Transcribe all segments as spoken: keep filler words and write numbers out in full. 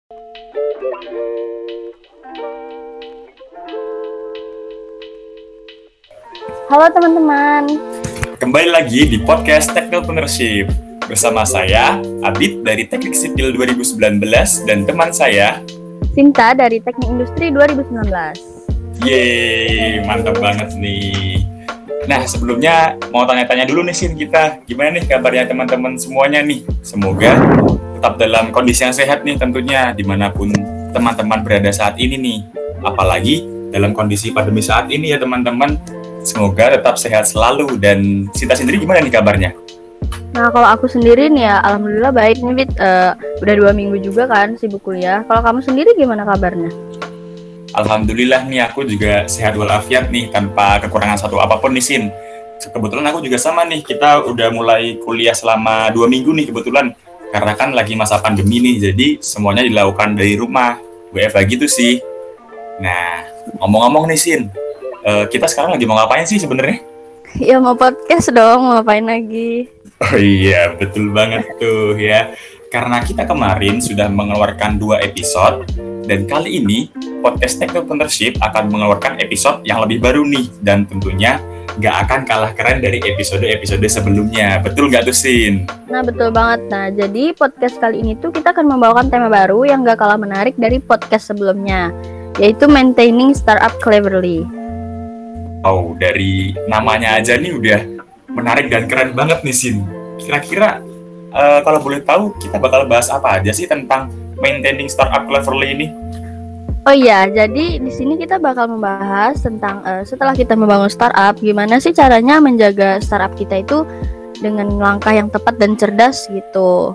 Halo teman-teman. Kembali lagi di podcast Technopreneurship bersama saya, Abid dari Teknik Sipil dua ribu sembilan belas dan teman saya, Sinta dari Teknik Industri dua ribu sembilan belas. Yeay, mantap banget nih. Nah, sebelumnya mau tanya-tanya dulu nih Sin kita, gimana nih kabarnya teman-teman semuanya nih? Semoga tetap dalam kondisi yang sehat nih tentunya, dimanapun teman-teman berada saat ini nih. Apalagi dalam kondisi pandemi saat ini ya teman-teman. Semoga tetap sehat selalu. Dan Sinta sendiri gimana nih kabarnya? Nah, kalau aku sendiri nih ya, alhamdulillah baik nih, Bit. Uh, udah dua minggu juga kan sibuk kuliah. Kalau kamu sendiri gimana kabarnya? Alhamdulillah nih aku juga sehat walafiat nih, tanpa kekurangan satu apapun nih Sin. Kebetulan aku juga sama nih, kita udah mulai kuliah selama dua minggu nih kebetulan. Karena kan lagi masa pandemi nih, jadi semuanya dilakukan dari rumah. W F H gitu sih. Nah, ngomong-ngomong nih Sin, uh, kita sekarang lagi mau ngapain sih sebenarnya? Ya mau podcast dong, mau ngapain lagi? Oh iya, betul banget tuh ya. Karena kita kemarin sudah mengeluarkan dua episode, dan kali ini podcast Technopreneurship akan mengeluarkan episode yang lebih baru nih, dan tentunya nggak akan kalah keren dari episode-episode sebelumnya. Betul nggak tuh, Sin? Nah, betul banget. Nah, jadi podcast kali ini tuh kita akan membawakan tema baru yang nggak kalah menarik dari podcast sebelumnya, yaitu Maintaining Startup Cleverly. Oh, dari namanya aja nih udah menarik dan keren banget nih, Sin. Kira-kira uh, kalau boleh tahu kita bakal bahas apa aja sih tentang Maintaining Startup Cleverly ini? Oh iya, jadi di sini kita bakal membahas tentang uh, setelah kita membangun startup, gimana sih caranya menjaga startup kita itu dengan langkah yang tepat dan cerdas gitu.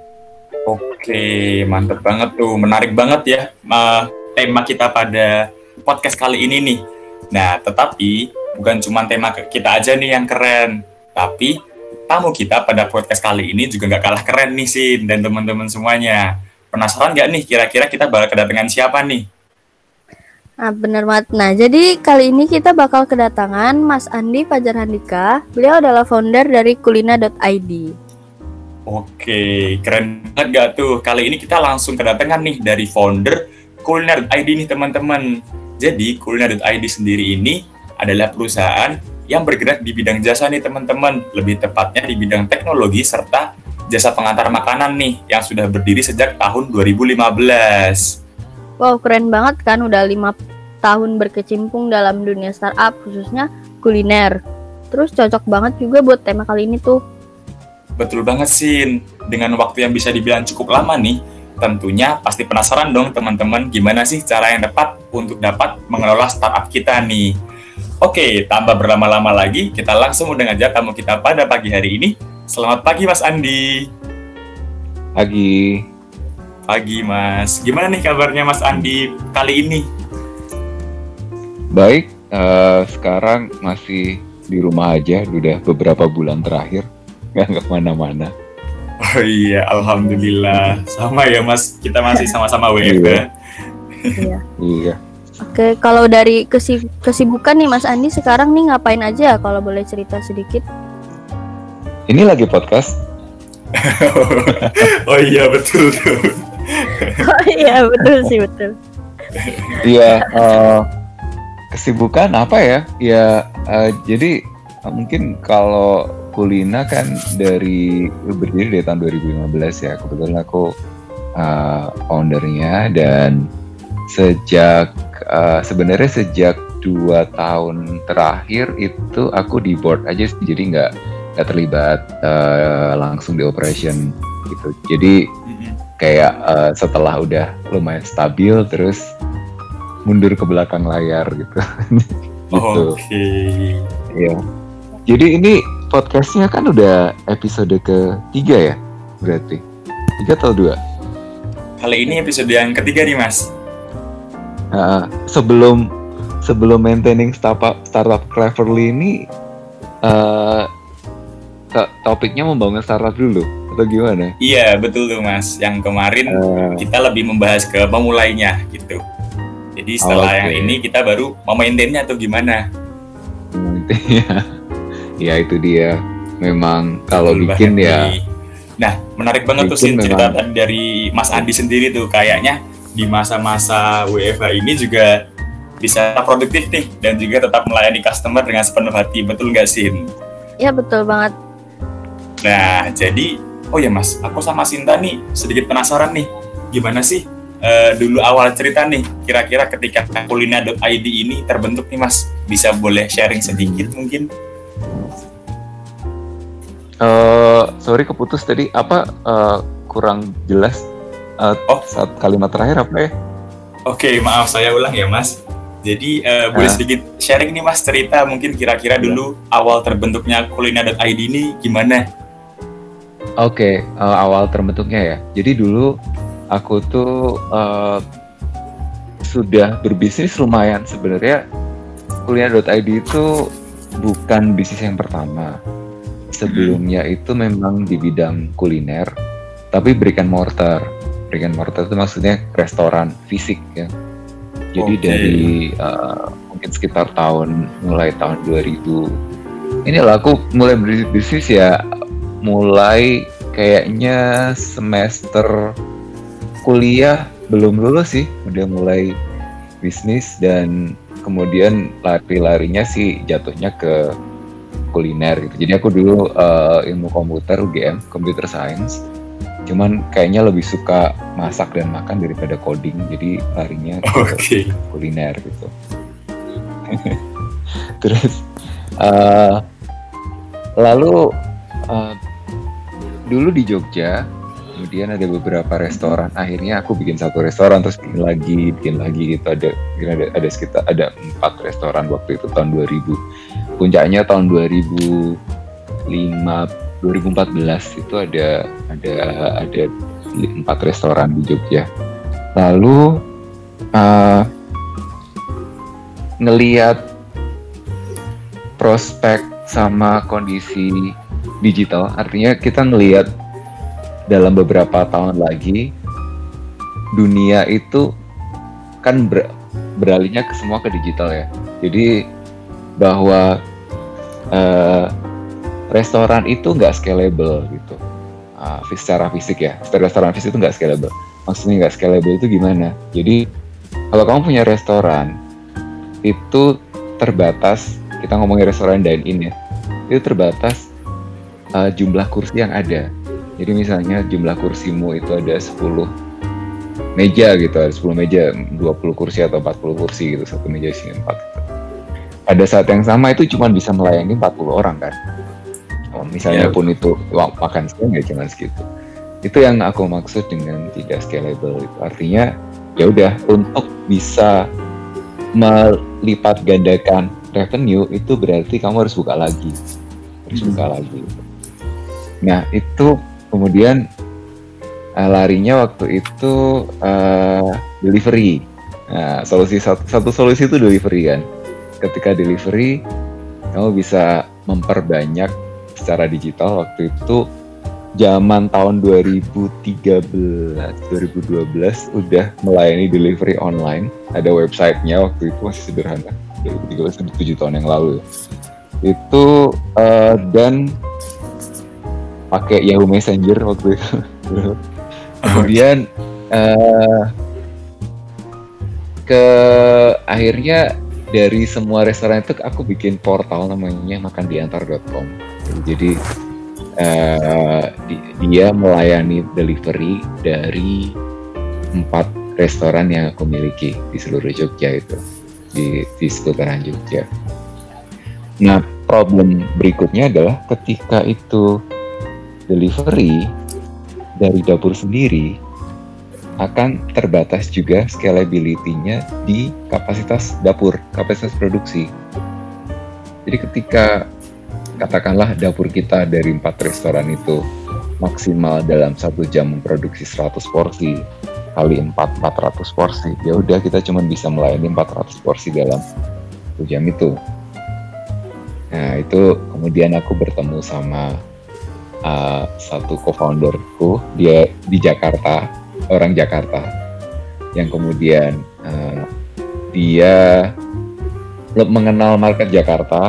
Oke, mantep banget tuh, menarik banget ya uh, tema kita pada podcast kali ini nih. Nah, tetapi bukan cuma tema kita aja nih yang keren, tapi tamu kita pada podcast kali ini juga nggak kalah keren nih Sin dan teman-teman semuanya. Penasaran nggak nih kira-kira kita bakal kedatangan siapa nih? Nah, benar banget. Nah, jadi kali ini kita bakal kedatangan Mas Andi Fajar Handika. Beliau adalah founder dari kulina dot i d. Oke, keren banget gak tuh? Kali ini kita langsung kedatangan nih dari founder kulina dot i d nih teman-teman. Jadi kulina dot i d sendiri ini adalah perusahaan yang bergerak di bidang jasa nih teman-teman. Lebih tepatnya di bidang teknologi serta jasa pengantar makanan nih yang sudah berdiri sejak tahun dua ribu lima belas. Wow, keren banget kan, udah lima tahun berkecimpung dalam dunia startup khususnya kuliner. Terus cocok banget juga buat tema kali ini tuh. Betul banget Sin. Dengan waktu yang bisa dibilang cukup lama nih, tentunya pasti penasaran dong teman-teman gimana sih cara yang tepat untuk dapat mengelola startup kita nih. Oke, tanpa berlama-lama lagi, kita langsung udah ngajak tamu kita pada pagi hari ini. Selamat pagi Mas Andi. Pagi. Pagi Mas. Gimana nih kabarnya Mas Andi kali ini? Baik, uh, sekarang masih di rumah aja, udah beberapa bulan terakhir, nggak kemana-mana. Oh iya, alhamdulillah. Sama ya Mas, kita masih sama-sama W F H. Iya. Iya. Oke, kalau dari kesib- kesibukan nih Mas Andi sekarang nih ngapain aja kalau boleh cerita sedikit? Ini lagi podcast. Oh iya betul tuh. Oh iya, betul sih, betul. Iya, uh, kesibukan apa ya? Ya, uh, jadi uh, mungkin kalau Kulina kan dari berdiri dari tahun dua ribu lima belas ya. Kebetulan aku uh, foundernya dan sejak uh, sebenarnya sejak dua tahun terakhir itu aku di board aja, jadi nggak nggak terlibat uh, langsung di operation gitu. Jadi kayak uh, setelah udah lumayan stabil terus mundur ke belakang layar gitu. Gitu. Oke. Okay. Ya. Jadi ini podcastnya kan udah episode ketiga ya berarti? Tiga atau dua? Kali ini episode yang ketiga nih Mas. Nah, sebelum sebelum maintaining startup startup cleverly ini uh, to- topiknya membangun startup dulu atau gimana? Iya betul tuh Mas. Yang kemarin uh, kita lebih membahas ke pemulainya gitu. Jadi setelah okay. yang ini kita baru memaintainnya atau gimana? Memaintainnya, ya itu dia. Memang kalau betul bikin ya. Nih. Nah, menarik banget tuh Bikin Sin cerita memang tadi dari Mas Andi sendiri tuh, kayaknya di masa-masa W F H ini juga bisa produktif nih dan juga tetap melayani customer dengan sepenuh hati, betul nggak Sin? Ya betul banget. Nah, jadi oh ya Mas, aku sama Sinta nih sedikit penasaran nih, gimana sih eh, dulu awal cerita nih, kira-kira ketika kulina dot i d ini terbentuk nih Mas, bisa boleh sharing sedikit mungkin? eh sorry keputus tadi apa eh, kurang jelas eh, Oh, saat kalimat terakhir apa ya? oke, maaf saya ulang ya Mas. Jadi eh, boleh Ah, sedikit sharing nih Mas cerita mungkin kira-kira ya. dulu awal terbentuknya kulina dot i d ini gimana? Oke, eh, awal terbentuknya ya. Jadi dulu aku tuh eh, sudah berbisnis lumayan sebenarnya. kulina dot i d itu bukan bisnis yang pertama. Sebelumnya itu memang di bidang kuliner, tapi brick and mortar. Brick and mortar itu maksudnya restoran fisik ya. Jadi Oke. dari eh, mungkin sekitar tahun mulai tahun dua ribu. Inilah aku mulai berbisnis ya mulai kayaknya semester kuliah belum lulus sih, udah mulai bisnis dan kemudian lari-larinya sih jatuhnya ke kuliner gitu. Jadi aku dulu eh, ilmu komputer U G M, computer science. Cuman kayaknya lebih suka masak dan makan daripada coding. Jadi larinya ke Oke. kuliner gitu. Terus eh, lalu eh, dulu di Jogja, kemudian ada beberapa restoran. Akhirnya aku bikin satu restoran, terus bikin lagi, bikin lagi gitu. Ada ada, ada sekitar ada empat restoran waktu itu tahun dua ribu. Puncaknya tahun dua ribu lima, dua ribu empat belas itu ada ada ada empat restoran di Jogja. Lalu uh, ngeliat prospek sama kondisi digital, artinya kita ngeliat dalam beberapa tahun lagi dunia itu kan ber, beralihnya ke semua ke digital ya. Jadi bahwa uh, restoran itu nggak scalable gitu, uh, secara fisik ya. Secara restoran fisik itu nggak scalable. Maksudnya nggak scalable itu gimana? Jadi kalau kamu punya restoran itu terbatas. Kita ngomongin restoran dine-in ya. Itu terbatas uh, jumlah kursi yang ada. Jadi misalnya jumlah kursimu itu ada sepuluh meja gitu, ada sepuluh meja, dua puluh kursi atau empat puluh kursi gitu, satu meja isinya empat gitu. Pada saat yang sama itu cuma bisa melayani empat puluh orang kan. Oh, misalnya Ya. pun itu makan siang ya cuma segitu. Itu yang aku maksud dengan tidak scalable itu. Artinya ya udah, untuk bisa melipat gandakan revenue itu berarti kamu harus buka lagi. Harus Hmm. buka lagi. Nah, itu kemudian uh, larinya waktu itu uh, delivery. Nah, solusi satu, satu solusi itu delivery kan. Ketika delivery, kamu bisa memperbanyak secara digital. Waktu itu zaman tahun dua ribu tiga belas, dua ribu dua belas udah melayani delivery online. Ada websitenya, waktu itu masih sederhana. dua ribu tiga belas, tujuh tahun yang lalu. Itu uh, dan pakai Yahoo Messenger waktu itu. Kemudian uh, ke akhirnya dari semua restoran itu aku bikin portal namanya makandiantar dot com. Jadi uh, di, dia melayani delivery dari empat restoran yang aku miliki di seluruh Jogja itu, di, di seputaran Jogja. Nah, problem berikutnya adalah ketika itu delivery dari dapur sendiri akan terbatas juga scalability-nya di kapasitas dapur, kapasitas produksi. Jadi ketika katakanlah dapur kita dari empat restoran itu maksimal dalam satu jam memproduksi seratus porsi kali empat, empat ratus porsi, ya udah kita cuma bisa melayani empat ratus porsi dalam satu jam itu. Nah, itu kemudian aku bertemu sama uh, satu co-founderku, dia di Jakarta, orang Jakarta, yang kemudian uh, dia mengenal market Jakarta.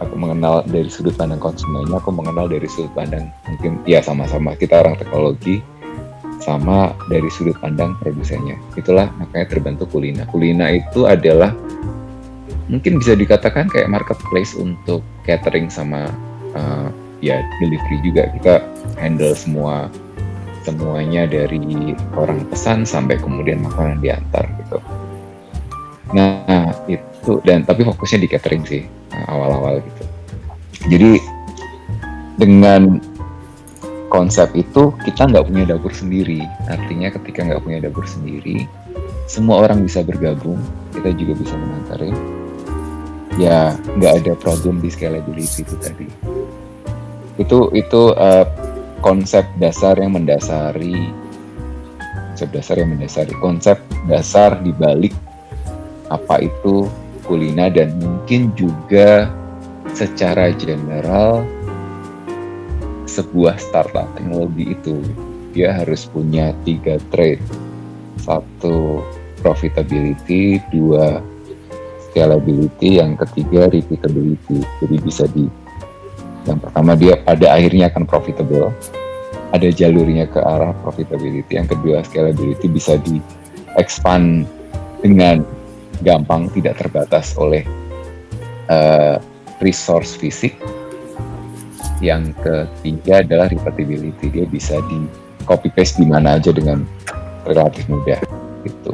mengenal dari sudut pandang konsumennya, aku mengenal dari sudut pandang mungkin ya sama-sama kita orang teknologi, sama dari sudut pandang produsennya. Itulah makanya terbentuk Kulina. Kulina itu adalah mungkin bisa dikatakan kayak marketplace untuk catering sama uh, ya delivery juga. Kita handle semua semuanya dari orang pesan sampai kemudian makanan diantar gitu. Nah itu, dan tapi fokusnya di catering sih awal-awal gitu. Jadi dengan konsep itu kita nggak punya dapur sendiri. Artinya ketika nggak punya dapur sendiri, semua orang bisa bergabung, kita juga bisa mengantarin. Ya nggak ada problem di scalability itu tadi. Itu itu uh, konsep dasar yang mendasari konsep dasar yang mendasari konsep dasar di balik apa itu Kulina, dan mungkin juga secara general sebuah startup teknologi itu dia harus punya tiga trait. Satu, profitability. Dua, scalability. Yang ketiga, repeatability. Jadi bisa di yang pertama dia pada akhirnya akan profitable, ada jalurnya ke arah profitability. Yang kedua, scalability, bisa di expand dengan gampang, tidak terbatas oleh uh, resource fisik. Yang ketiga adalah repeatability, dia bisa di copy paste di mana aja dengan relatif mudah gitu.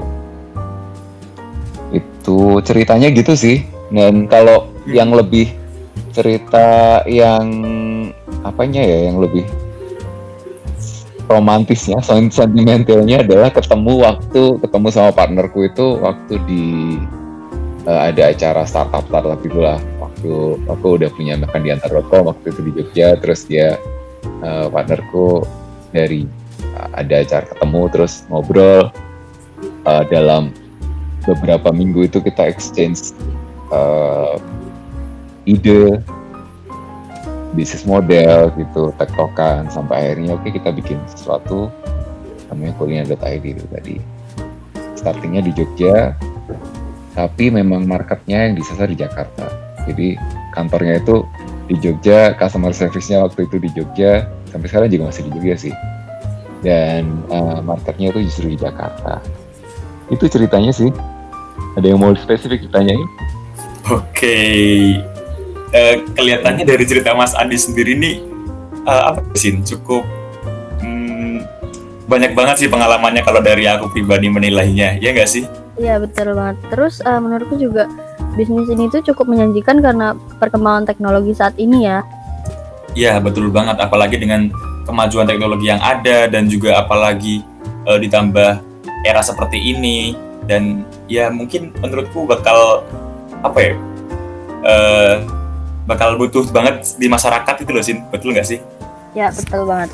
Itu ceritanya gitu sih. Dan kalau yang lebih cerita yang apanya ya, yang lebih romantisnya, sentimentalnya adalah ketemu waktu ketemu sama partnerku itu waktu di uh, ada acara startup startup itulah. Waktu aku udah punya makan diantar dot com waktu itu di Jogja, terus dia uh, partnerku dari uh, ada acara ketemu, terus ngobrol uh, dalam beberapa minggu itu kita exchange uh, ide, bisnis model gitu, tektokan, sampai akhirnya oke okay, kita bikin sesuatu namanya kulina dot i d itu tadi. Startingnya di Jogja, tapi memang marketnya yang disasar di Jakarta. Jadi kantornya itu di Jogja, customer service-nya waktu itu di Jogja, sampai sekarang juga masih di Jogja sih. Dan uh, marketnya itu justru di Jakarta. Itu ceritanya sih. Ada yang mau spesifik ditanyain? Oke. Okay. Uh, kelihatannya dari cerita Mas Andi sendiri nih uh, apa sih cukup hmm, banyak banget sih pengalamannya kalau dari aku pribadi menilainya, ya nggak sih? Iya betul banget. Terus uh, menurutku juga bisnis ini tuh cukup menjanjikan karena perkembangan teknologi saat ini ya. Iya betul banget, apalagi dengan kemajuan teknologi yang ada dan juga apalagi uh, ditambah era seperti ini, dan ya mungkin menurutku bakal apa ya? Uh, bakal butuh banget di masyarakat itu loh, Sin. Betul nggak sih? Ya, betul banget.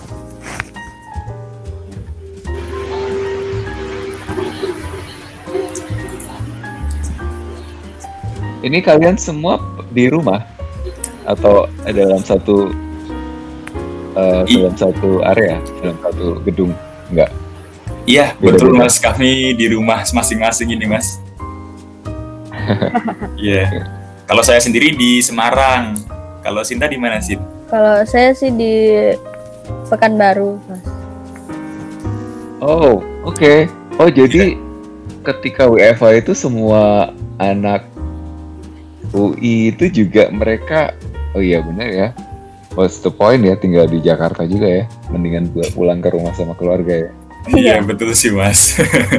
Ini kalian semua di rumah atau dalam satu uh, dalam satu area, dalam satu gedung? Enggak? Iya, betul Mas. Kami di rumah masing-masing ini, Mas. Iya. Yeah. Kalau saya sendiri di Semarang. Kalau Sinta di mana, Sin? Kalau saya sih di Pekanbaru, Mas. Oh, oke. Okay. Oh, jadi ketika W F H itu semua anak U I itu juga mereka, oh iya benar ya. What's the point ya, tinggal di Jakarta juga ya. Mendingan pulang ke rumah sama keluarga ya. Iya, betul sih, Mas.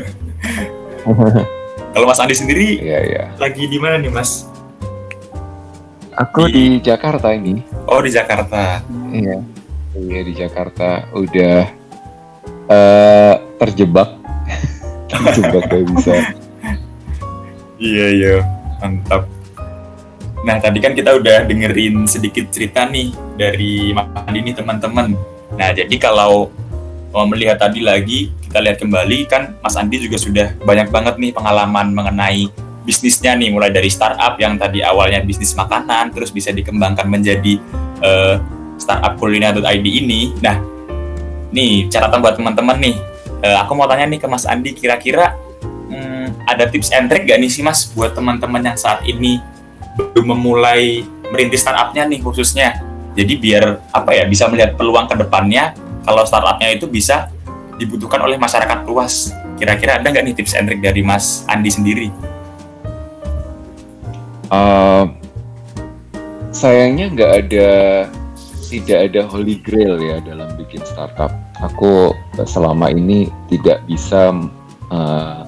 Kalau Mas Andi sendiri, iya, iya. Lagi di mana nih, Mas? Aku di, di Jakarta ini. Oh, di Jakarta. Iya. Iya, di Jakarta udah uh, terjebak. terjebak gak bisa. Iya, iya. Mantap. Nah, tadi kan kita udah dengerin sedikit cerita nih dari Mas Andi nih, teman-teman. Nah, jadi kalau mau melihat tadi lagi, kita lihat kembali kan Mas Andi juga sudah banyak banget nih pengalaman mengenai bisnisnya nih, mulai dari startup yang tadi awalnya bisnis makanan, terus bisa dikembangkan menjadi uh, startup kulina dot i d ini. Nah, nih catatan buat teman-teman nih. Uh, aku mau tanya nih ke Mas Andi, kira-kira hmm, ada tips and trick gak nih sih Mas buat teman-teman yang saat ini belum memulai merintis startupnya nih khususnya. Jadi biar apa ya bisa melihat peluang ke depannya kalau startupnya itu bisa dibutuhkan oleh masyarakat luas. Kira-kira ada nggak nih tips and trick dari Mas Andi sendiri? Uh, sayangnya nggak ada, tidak ada holy grail ya dalam bikin startup. Aku selama ini tidak bisa uh,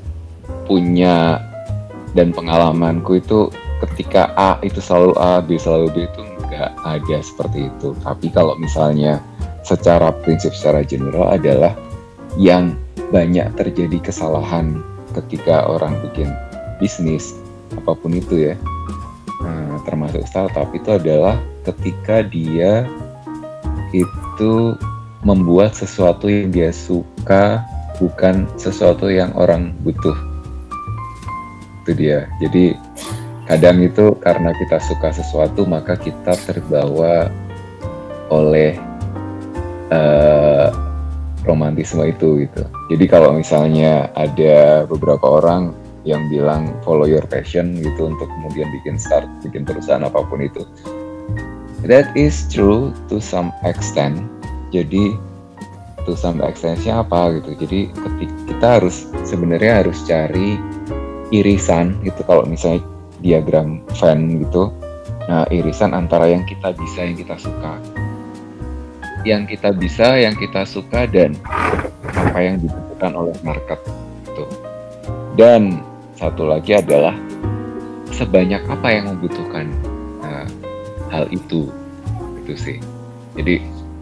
punya, dan pengalamanku itu ketika A itu selalu A, B selalu B, itu nggak ada seperti itu. Tapi kalau misalnya secara prinsip, secara general adalah yang banyak terjadi kesalahan ketika orang bikin bisnis apapun itu ya, nah, termasuk startup, itu adalah ketika dia itu membuat sesuatu yang dia suka, bukan sesuatu yang orang butuh. Itu dia. Jadi kadang itu karena kita suka sesuatu maka kita terbawa oleh uh, romantisme itu gitu. Jadi kalau misalnya ada beberapa orang yang bilang follow your passion gitu untuk kemudian bikin start, bikin perusahaan apapun itu, that is true to some extent. Jadi to some extent-nya apa gitu. Jadi ketika kita harus sebenarnya harus cari irisan gitu, kalau misalnya diagram Venn gitu, nah irisan antara yang kita bisa, yang kita suka, yang kita bisa, yang kita suka, dan apa yang dibutuhkan oleh market gitu. Dan satu lagi adalah sebanyak apa yang membutuhkan nah, hal itu, itu sih. Jadi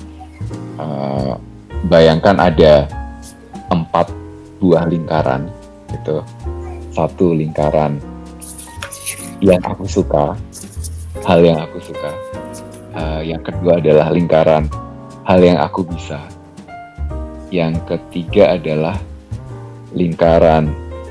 uh, bayangkan ada empat buah lingkaran gitu. Satu lingkaran yang aku suka, hal yang aku suka. Uh, yang kedua adalah lingkaran hal yang aku bisa. Yang ketiga adalah lingkaran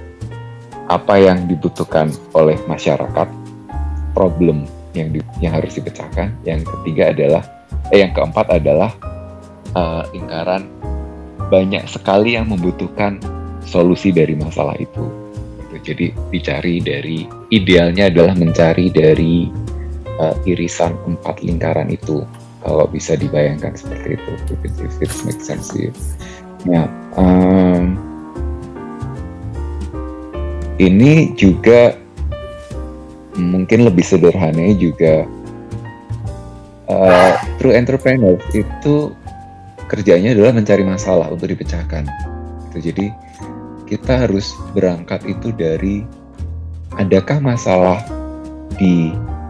apa yang dibutuhkan oleh masyarakat, problem yang di, yang harus dipecahkan. Yang ketiga adalah, eh yang keempat adalah uh, lingkaran banyak sekali yang membutuhkan solusi dari masalah itu. Jadi dicari dari, idealnya adalah mencari dari uh, irisan empat lingkaran itu, kalau bisa dibayangkan seperti itu, if it makes sense to you. Nah, um, ini juga mungkin lebih sederhananya juga, uh, true entrepreneurs itu kerjanya adalah mencari masalah untuk dipecahkan. Gitu. Jadi kita harus berangkat itu dari adakah masalah di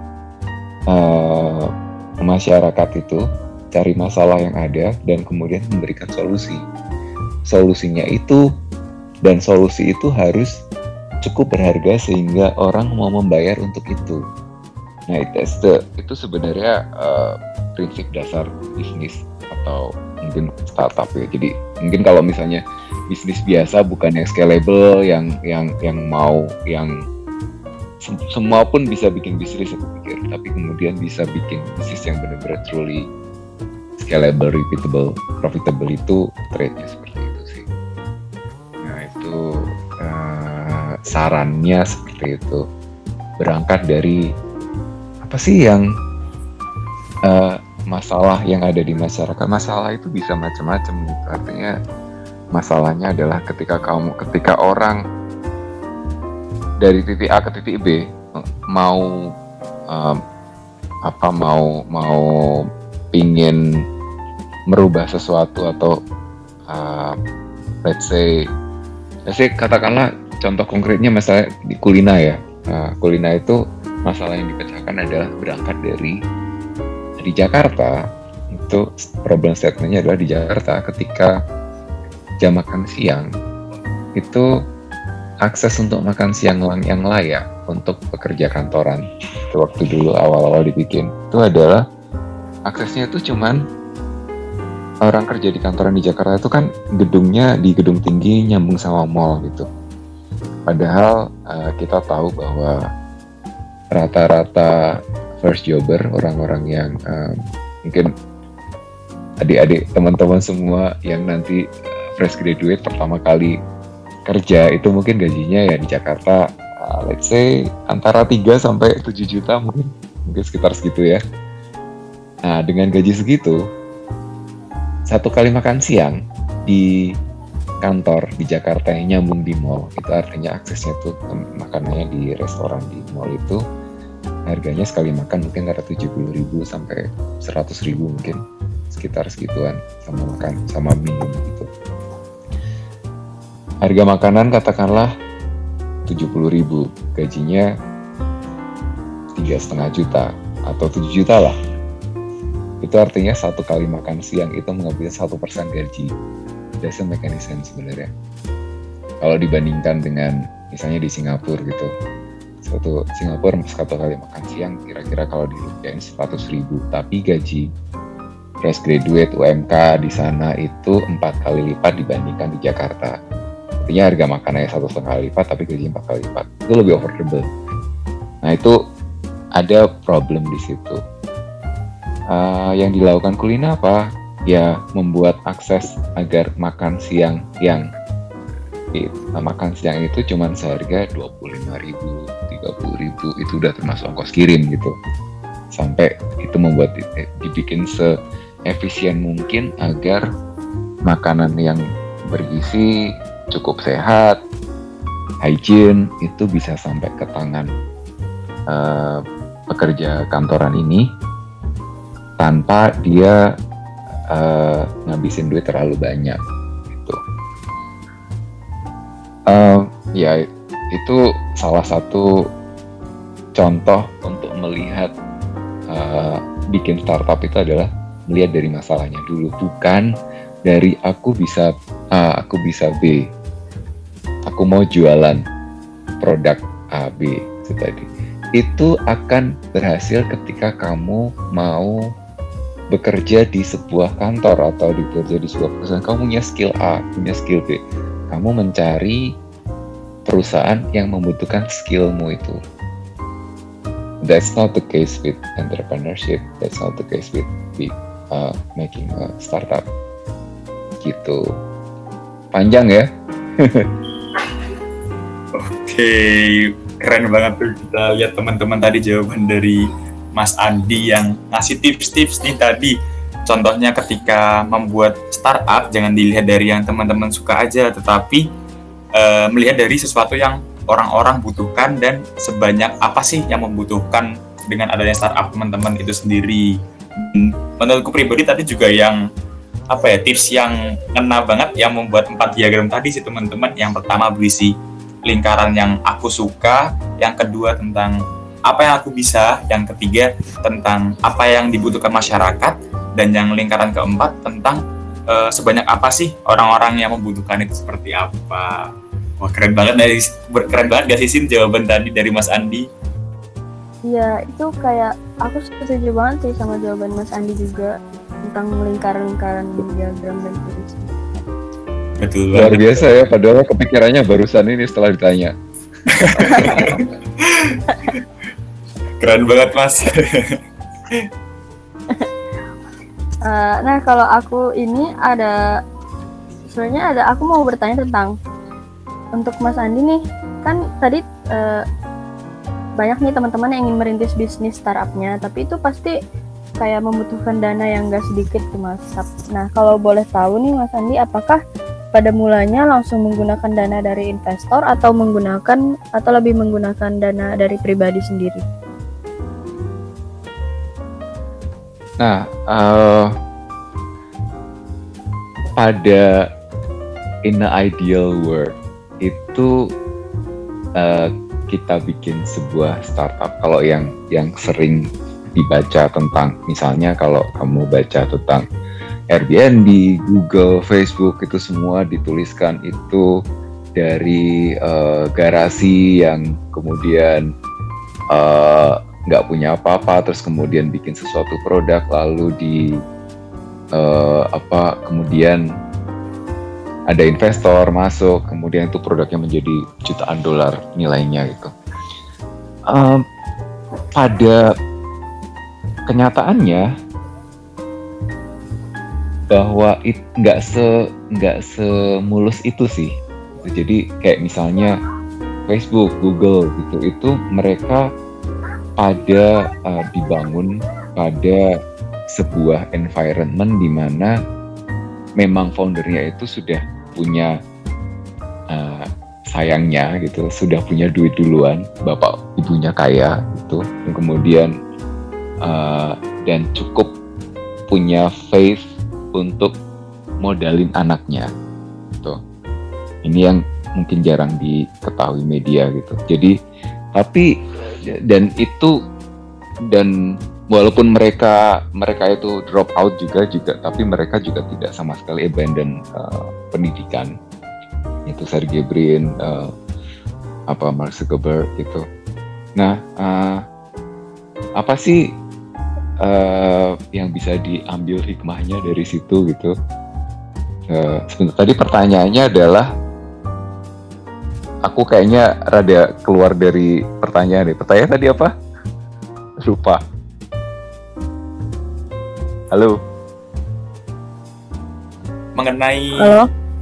uh, masyarakat itu, cari masalah yang ada dan kemudian memberikan solusi. Solusinya itu, dan solusi itu harus cukup berharga sehingga orang mau membayar untuk itu. Nah, itu, itu sebenarnya uh, prinsip dasar bisnis atau mungkin startup ya. Jadi mungkin kalau misalnya bisnis biasa bukan yang scalable, yang yang yang mau yang sem- semua pun bisa bikin bisnis, aku pikir, tapi kemudian bisa bikin bisnis yang benar-benar truly scalable, repeatable, profitable, itu trade-nya seperti itu sih. Nah itu uh, sarannya seperti itu. Berangkat dari apa sih yang uh, masalah yang ada di masyarakat. Masalah itu bisa macam-macam gitu. Artinya masalahnya adalah ketika kamu, ketika orang dari titik A ke titik B mau um, apa mau mau pingin merubah sesuatu atau uh, let's say let's say katakanlah contoh konkretnya misalnya di Kulina ya. Uh, Kulina itu masalah yang dipecahkan adalah berangkat dari di Jakarta. Itu problem statementnya adalah di Jakarta ketika jam makan siang itu akses untuk makan siang yang layak untuk pekerja kantoran, itu waktu dulu awal-awal dibikin, itu adalah aksesnya itu cuman orang kerja di kantoran di Jakarta itu kan gedungnya di gedung tinggi nyambung sama mall gitu. Padahal uh, kita tahu bahwa rata-rata first jobber, orang-orang yang uh, mungkin adik-adik teman-teman semua yang nanti fresh graduate pertama kali kerja itu mungkin gajinya ya di Jakarta uh, let's say antara tiga sampai tujuh juta mungkin mungkin sekitar segitu ya. Nah, dengan gaji segitu, satu kali makan siang di kantor di Jakarta yang nyambung di mall, itu artinya aksesnya tuh makanannya di restoran di mall itu harganya sekali makan mungkin antara tujuh puluh ribu sampai seratus ribu mungkin, sekitar segituan, sama makan sama minum gitu. Harga makanan katakanlah tujuh puluh ribu, gajinya tiga setengah juta atau tujuh juta lah. Itu artinya satu kali makan siang itu mengambil satu persen gaji. Doesn't make any sense sebenarnya. Kalau dibandingkan dengan misalnya di Singapura gitu, satu Singapura satu kali makan siang kira-kira kalau dirupiahin seratus ribu, tapi gaji fresh graduate U M K di sana itu empat kali lipat dibandingkan di Jakarta. Artinya harga makanannya satu setengah kali lipat, tapi gaji empat kali lipat. Itu lebih affordable. Nah itu ada problem di situ. Uh, yang dilakukan Kulina apa? Ya membuat akses agar makan siang yang eh, makan siang itu cuma seharga dua puluh lima ribu, tiga puluh ribu, itu udah termasuk ongkos kirim gitu. Sampai itu membuat eh, dibikin seefisien mungkin agar makanan yang bergizi, cukup sehat, hygiene itu bisa sampai ke tangan uh, pekerja kantoran ini tanpa dia uh, ngabisin duit terlalu banyak gitu. Uh, ya itu salah satu contoh untuk melihat uh, bikin startup itu adalah melihat dari masalahnya dulu, bukan dari aku bisa A, aku bisa B, aku mau jualan produk A, B itu tadi. Itu akan berhasil ketika kamu mau bekerja di sebuah kantor atau bekerja di sebuah perusahaan. Kamu punya skill A, punya skill B. Kamu mencari perusahaan yang membutuhkan skillmu itu. That's not the case with entrepreneurship. That's not the case with, with uh, making a startup. Gitu. Panjang ya. Oke, keren banget tuh kita lihat teman-teman tadi jawaban dari Mas Andi yang ngasih tips-tips nih tadi. Contohnya ketika membuat startup jangan dilihat dari yang teman-teman suka aja, tetapi uh, melihat dari sesuatu yang orang-orang butuhkan dan sebanyak apa sih yang membutuhkan dengan adanya startup teman-teman itu sendiri. Menurutku pribadi tadi juga yang apa ya, tips yang kena banget yang membuat empat diagram tadi sih teman-teman. Yang pertama berisi lingkaran yang aku suka, yang kedua tentang apa yang aku bisa, yang ketiga tentang apa yang dibutuhkan masyarakat, dan yang lingkaran keempat tentang uh, sebanyak apa sih orang-orang yang membutuhkan itu seperti apa. Wah keren banget dari keren banget gak sih Sin jawaban tadi dari Mas Andi? Iya itu kayak aku setuju banget sih sama jawaban Mas Andi juga tentang lingkaran-lingkaran diagram dan fungsi. Betul luar banget. Biasa ya, padahal kepikirannya barusan ini setelah ditanya. Keren banget Mas. uh, nah kalau aku ini ada sebenarnya ada aku mau bertanya tentang untuk Mas Andi nih, kan tadi uh, banyak nih teman-teman yang ingin merintis bisnis startupnya, tapi itu pasti kayak membutuhkan dana yang gak sedikit tuh Mas. Nah kalau boleh tahu nih Mas Andi, apakah pada mulanya langsung menggunakan dana dari investor atau menggunakan atau lebih menggunakan dana dari pribadi sendiri? Nah, uh, pada in the ideal world itu uh, kita bikin sebuah startup. Kalau yang yang sering dibaca tentang, misalnya kalau kamu baca tentang Airbnb, Google, Facebook, itu semua dituliskan itu dari uh, garasi yang kemudian uh, nggak punya apa-apa, terus kemudian bikin sesuatu produk, lalu di uh, apa kemudian ada investor masuk, kemudian itu produknya menjadi jutaan dolar nilainya gitu. Um, pada kenyataannya bahwa it nggak se nggak semulus itu sih. Jadi kayak misalnya Facebook, Google gitu, itu mereka pada uh, dibangun pada sebuah environment di mana memang foundernya itu sudah punya uh, sayangnya gitu, sudah punya duit duluan, bapak ibunya kaya gitu, dan kemudian uh, dan cukup punya faith untuk modalin anaknya gitu. Ini yang mungkin jarang diketahui media gitu. Jadi tapi dan itu dan walaupun mereka mereka itu drop out juga juga tapi mereka juga tidak sama sekali abandon uh, pendidikan. Itu Sergey Brin, uh, apa Mark Zuckerberg gitu. Nah, uh, apa sih uh, yang bisa diambil hikmahnya dari situ gitu? Uh, sebentar tadi pertanyaannya adalah, aku kayaknya rada keluar dari pertanyaan deh. Pertanyaan tadi apa? Lupa. Halo. Mengenai Halo.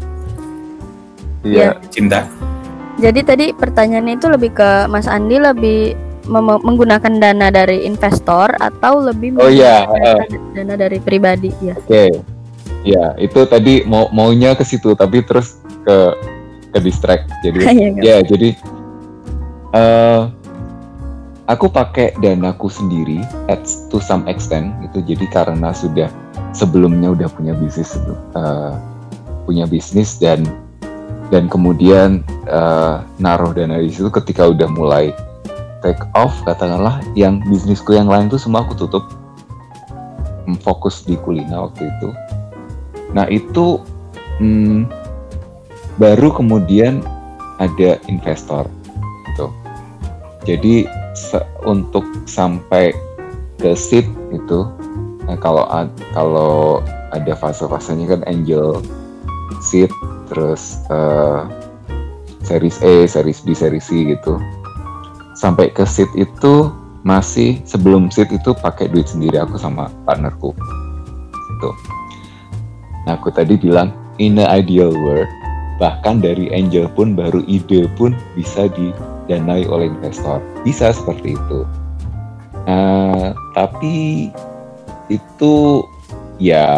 Iya. cinta. Jadi tadi pertanyaannya itu lebih ke Mas Andi, lebih mem- menggunakan dana dari investor atau lebih Oh iya, menggunakan uh, dana dari pribadi ya. Oke. Okay. Ya, itu tadi mau maunya ke situ tapi terus ke ke distract. Jadi Iya, ya, jadi uh, aku pakai danaku sendiri at to some extent itu, jadi karena sudah sebelumnya udah punya bisnis uh, punya bisnis dan dan kemudian uh, naruh dana di situ ketika udah mulai take off, katakanlah yang bisnisku yang lain tuh semua aku tutup, fokus di Kulina waktu itu. Nah itu hmm, baru kemudian ada investor gitu. Jadi se- untuk sampai ke seed itu, nah kalau ad- kalau ada fase-fasenya kan angel seed, terus uh, series A, series B, series C gitu. Sampai ke seed itu masih sebelum seed itu pakai duit sendiri aku sama partnerku. Gitu. Nah, aku tadi bilang in an ideal world, bahkan dari angel pun baru ide pun bisa didanai oleh investor. Bisa seperti itu. Nah, tapi itu ya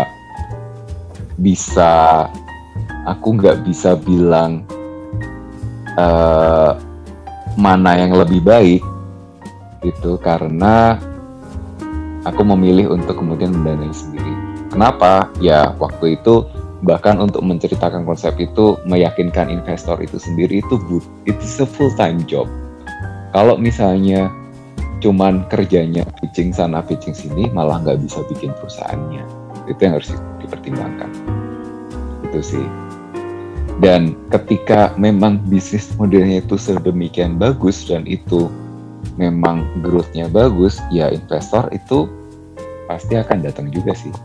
bisa, aku nggak bisa bilang uh, mana yang lebih baik gitu, karena aku memilih untuk kemudian mendanai sendiri. Kenapa? Ya waktu itu bahkan untuk menceritakan konsep itu, meyakinkan investor itu sendiri itu but, it's a full time job. Kalau misalnya cuman kerjanya pitching sana pitching sini, malah nggak bisa bikin perusahaannya. Itu yang harus dipertimbangkan. Itu sih. Dan ketika memang bisnis modelnya itu sedemikian bagus dan itu memang growth-nya bagus, ya investor itu pasti akan datang juga sih.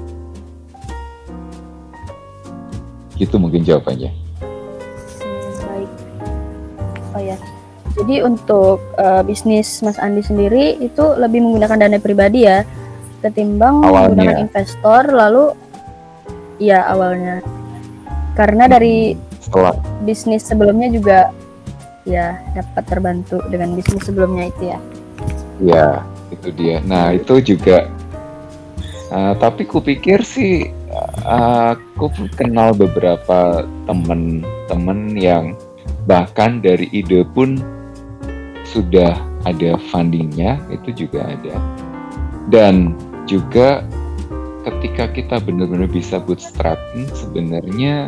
Gitu mungkin jawabannya. Hmm, baik. Oh ya. Jadi untuk uh, bisnis Mas Andi sendiri itu lebih menggunakan dana pribadi ya, ketimbang Awalnya. menggunakan investor. Lalu ya awalnya karena dari Setelah bisnis sebelumnya juga ya dapat terbantu dengan bisnis sebelumnya itu ya. ya itu dia. Nah itu juga. Uh, tapi kupikir sih uh, aku kenal beberapa temen-temen yang bahkan dari ide pun sudah ada fundingnya, itu juga ada. Dan juga ketika kita benar-benar bisa bootstrapping, sebenarnya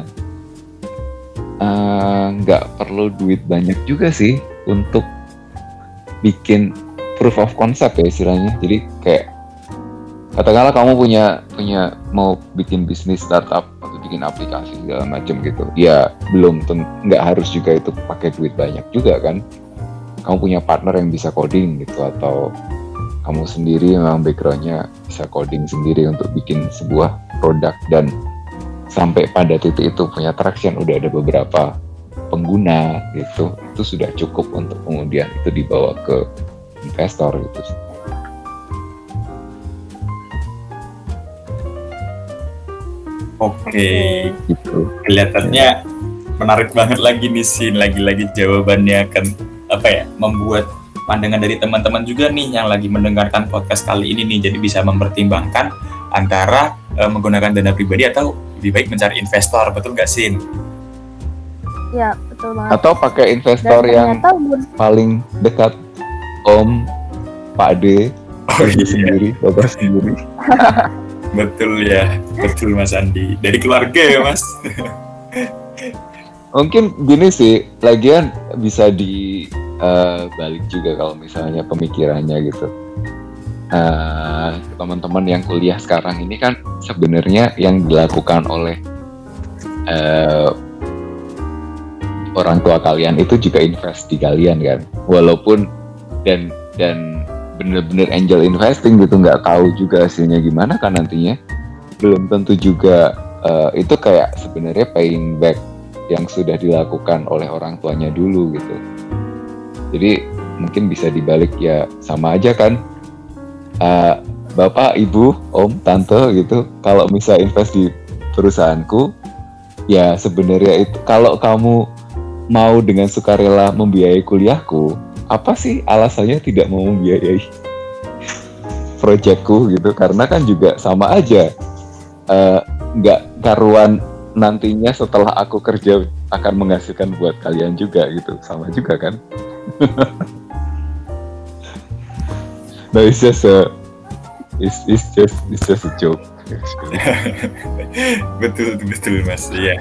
nggak uh, perlu duit banyak juga sih untuk bikin proof of concept ya istilahnya. Jadi kayak katakanlah kamu punya punya mau bikin bisnis startup atau bikin aplikasi segala macam gitu, ya belum nggak harus juga itu pakai duit banyak juga kan. Kamu punya partner yang bisa coding gitu, atau kamu sendiri memang backgroundnya bisa coding sendiri untuk bikin sebuah produk, dan sampai pada titik itu punya traction, udah ada beberapa pengguna gitu, itu sudah cukup untuk kemudian itu dibawa ke investor gitu. Oke, Gitu. kelihatannya menarik banget lagi nih Sin, lagi-lagi jawabannya akan apa ya, membuat pandangan dari teman-teman juga nih yang lagi mendengarkan podcast kali ini nih, jadi bisa mempertimbangkan antara uh, menggunakan dana pribadi atau lebih baik mencari investor, betul nggak Sin? Ya, betul banget. Atau pakai investor Dan yang ternyata bun- paling dekat, Om, Pak D, Oh Ibu iya, sendiri, Bapak sendiri. betul ya, betul Mas Andi. Dari keluarga ya Mas. Mungkin gini sih, lagian bisa dibalik juga kalau misalnya pemikirannya gitu. Uh, teman-teman yang kuliah sekarang ini kan sebenarnya yang dilakukan oleh uh, orang tua kalian itu juga invest di kalian kan, walaupun dan dan bener-bener angel investing gitu, nggak tahu juga hasilnya gimana kan nantinya, belum tentu juga uh, itu kayak sebenarnya paying back yang sudah dilakukan oleh orang tuanya dulu gitu. Jadi mungkin bisa dibalik ya, sama aja kan, uh, bapak, ibu, om, tante gitu, kalau misal invest di perusahaanku, ya sebenarnya itu kalau kamu mau dengan sukarela membiayai kuliahku, apa sih alasannya tidak mau membiayai proyekku gitu? Karena kan juga sama aja, nggak uh, karuan nantinya setelah aku kerja akan menghasilkan buat kalian juga gitu, sama juga kan? No, it's just a, it's, it's just, it's just a joke. betul betul Mas, iya.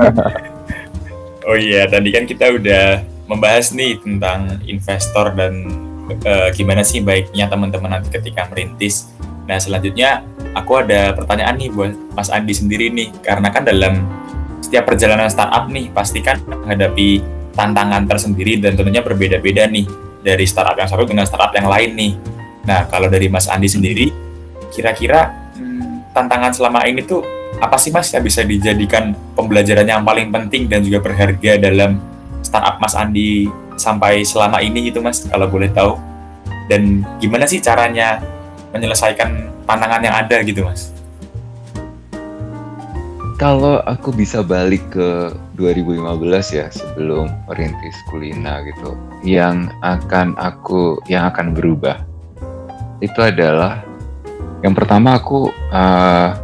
Oh iya, tadi kan kita udah membahas nih tentang investor dan uh, gimana sih baiknya teman-teman nanti ketika merintis. Nah selanjutnya aku ada pertanyaan nih buat Mas Andi sendiri nih, karena kan dalam setiap perjalanan startup nih pasti kan menghadapi tantangan tersendiri dan tentunya berbeda-beda nih dari startup yang satu dengan startup yang lain nih. Nah kalau dari Mas Andi sendiri, kira-kira hmm, tantangan selama ini tuh apa sih Mas yang bisa dijadikan pembelajaran yang paling penting dan juga berharga dalam startup Mas Andi sampai selama ini gitu Mas, kalau boleh tahu? Dan gimana sih caranya menyelesaikan tantangan yang ada gitu Mas? Kalau aku bisa balik ke dua ribu lima belas ya, sebelum merintis Kulina gitu, yang akan aku yang akan berubah itu adalah yang pertama aku uh,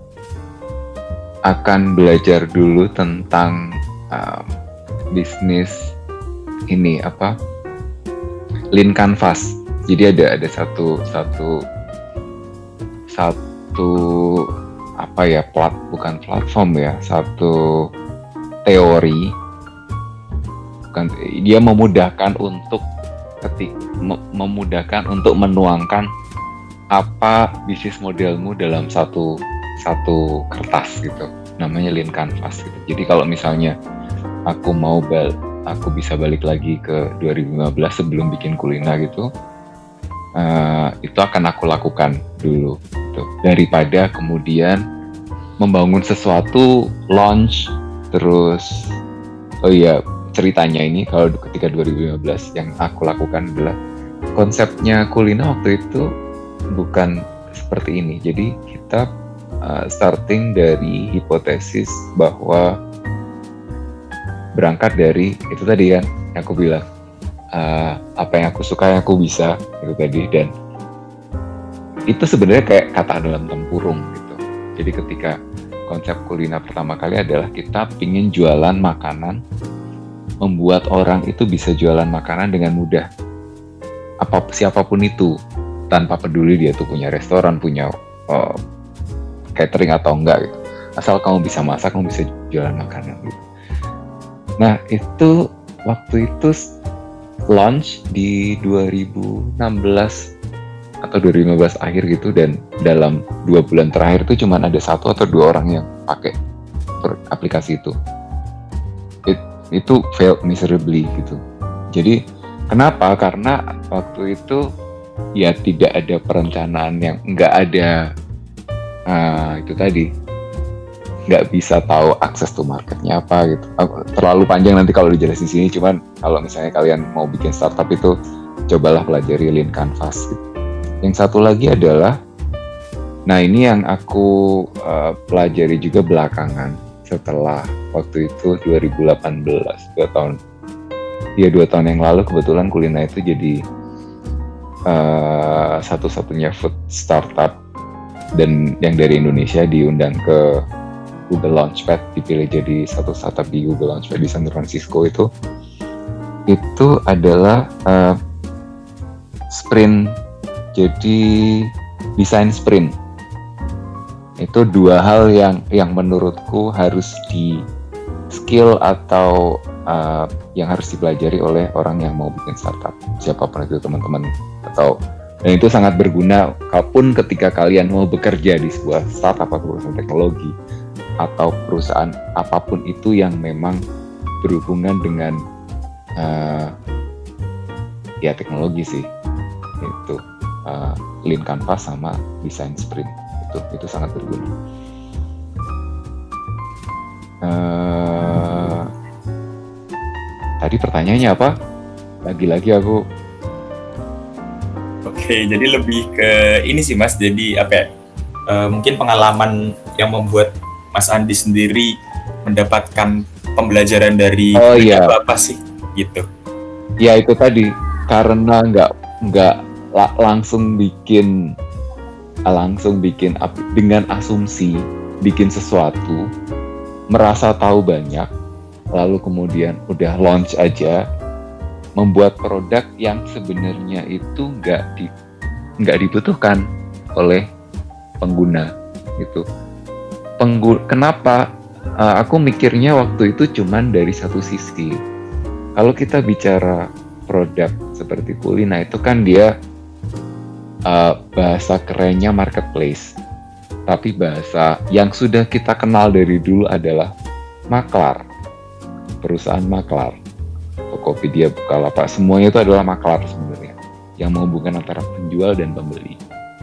akan belajar dulu tentang uh, bisnis ini apa Lean Canvas. Jadi ada ada satu satu satu apa ya plat bukan platform ya satu teori, bukan, dia memudahkan untuk ketik mem- memudahkan untuk menuangkan apa bisnis modelmu dalam satu satu kertas gitu, namanya Lean Canvas gitu. Jadi kalau misalnya aku mau bal aku bisa balik lagi ke dua ribu lima belas sebelum bikin Kulina gitu, uh, itu akan aku lakukan dulu gitu. Daripada kemudian membangun sesuatu, launch terus, oh iya ceritanya ini kalau ketika dua ribu lima belas yang aku lakukan adalah konsepnya Kulina waktu itu bukan seperti ini. Jadi kita Uh, starting dari hipotesis bahwa berangkat dari itu tadi kan yang aku bilang, uh, apa yang aku suka yang aku bisa itu tadi, dan itu sebenarnya kayak kata dalam tempurung gitu. Jadi ketika konsep Kulina pertama kali adalah kita pingin jualan makanan, membuat orang itu bisa jualan makanan dengan mudah, apa siapapun itu, tanpa peduli dia tuh punya restoran, punya uh, catering atau enggak gitu. Asal kamu bisa masak, kamu bisa jualan makanan gitu. Nah, itu waktu itu launch di dua ribu enam belas atau dua ribu lima belas akhir gitu, dan dalam dua bulan terakhir itu cuma ada satu atau dua orang yang pakai aplikasi itu. It, itu failed miserably gitu. Jadi kenapa? Karena waktu itu ya tidak ada perencanaan, yang nggak ada uh, itu tadi, nggak bisa tahu akses to marketnya apa gitu. Terlalu panjang nanti kalau dijelasin di sini, cuman kalau misalnya kalian mau bikin startup itu cobalah pelajari Lean Canvas gitu. Yang satu lagi adalah, nah ini yang aku uh, pelajari juga belakangan setelah waktu itu dua ribu delapan belas, dua tahun ya dua tahun yang lalu kebetulan Kulina itu jadi uh, satu-satunya food startup dan yang dari Indonesia diundang ke Google Launchpad, dipilih jadi satu startup di Google Launchpad di San Francisco itu itu adalah uh, sprint, jadi desain sprint. Itu dua hal yang yang menurutku harus di skill atau uh, yang harus dipelajari oleh orang yang mau bikin startup, siapapun itu teman-teman, atau dan itu sangat berguna kalaupun ketika kalian mau bekerja di sebuah startup atau perusahaan teknologi atau perusahaan apapun itu yang memang berhubungan dengan uh, ya teknologi sih, itu uh, Lean Canvas sama desain sprint itu itu sangat berguna. Uh, tadi pertanyaannya apa? Lagi-lagi aku. Oke, jadi lebih ke ini sih Mas. Jadi apa? Ya? Uh, mungkin pengalaman yang membuat Mas Andi sendiri mendapatkan pembelajaran dari oh, iya. apa sih gitu? Ya itu tadi karena nggak nggak la- langsung bikin langsung bikin dengan asumsi bikin sesuatu, merasa tahu banyak, lalu kemudian udah launch aja, membuat produk yang sebenarnya itu nggak di nggak dibutuhkan oleh pengguna gitu. Penggu- kenapa uh, aku mikirnya waktu itu cuman dari satu sisi. Kalau kita bicara produk seperti Kulina itu kan dia uh, bahasa kerennya marketplace, tapi bahasa yang sudah kita kenal dari dulu adalah maklar, perusahaan maklar, Tokopedia, Bukalapak, semuanya itu adalah maklar sebenarnya yang menghubungkan antara penjual dan pembeli.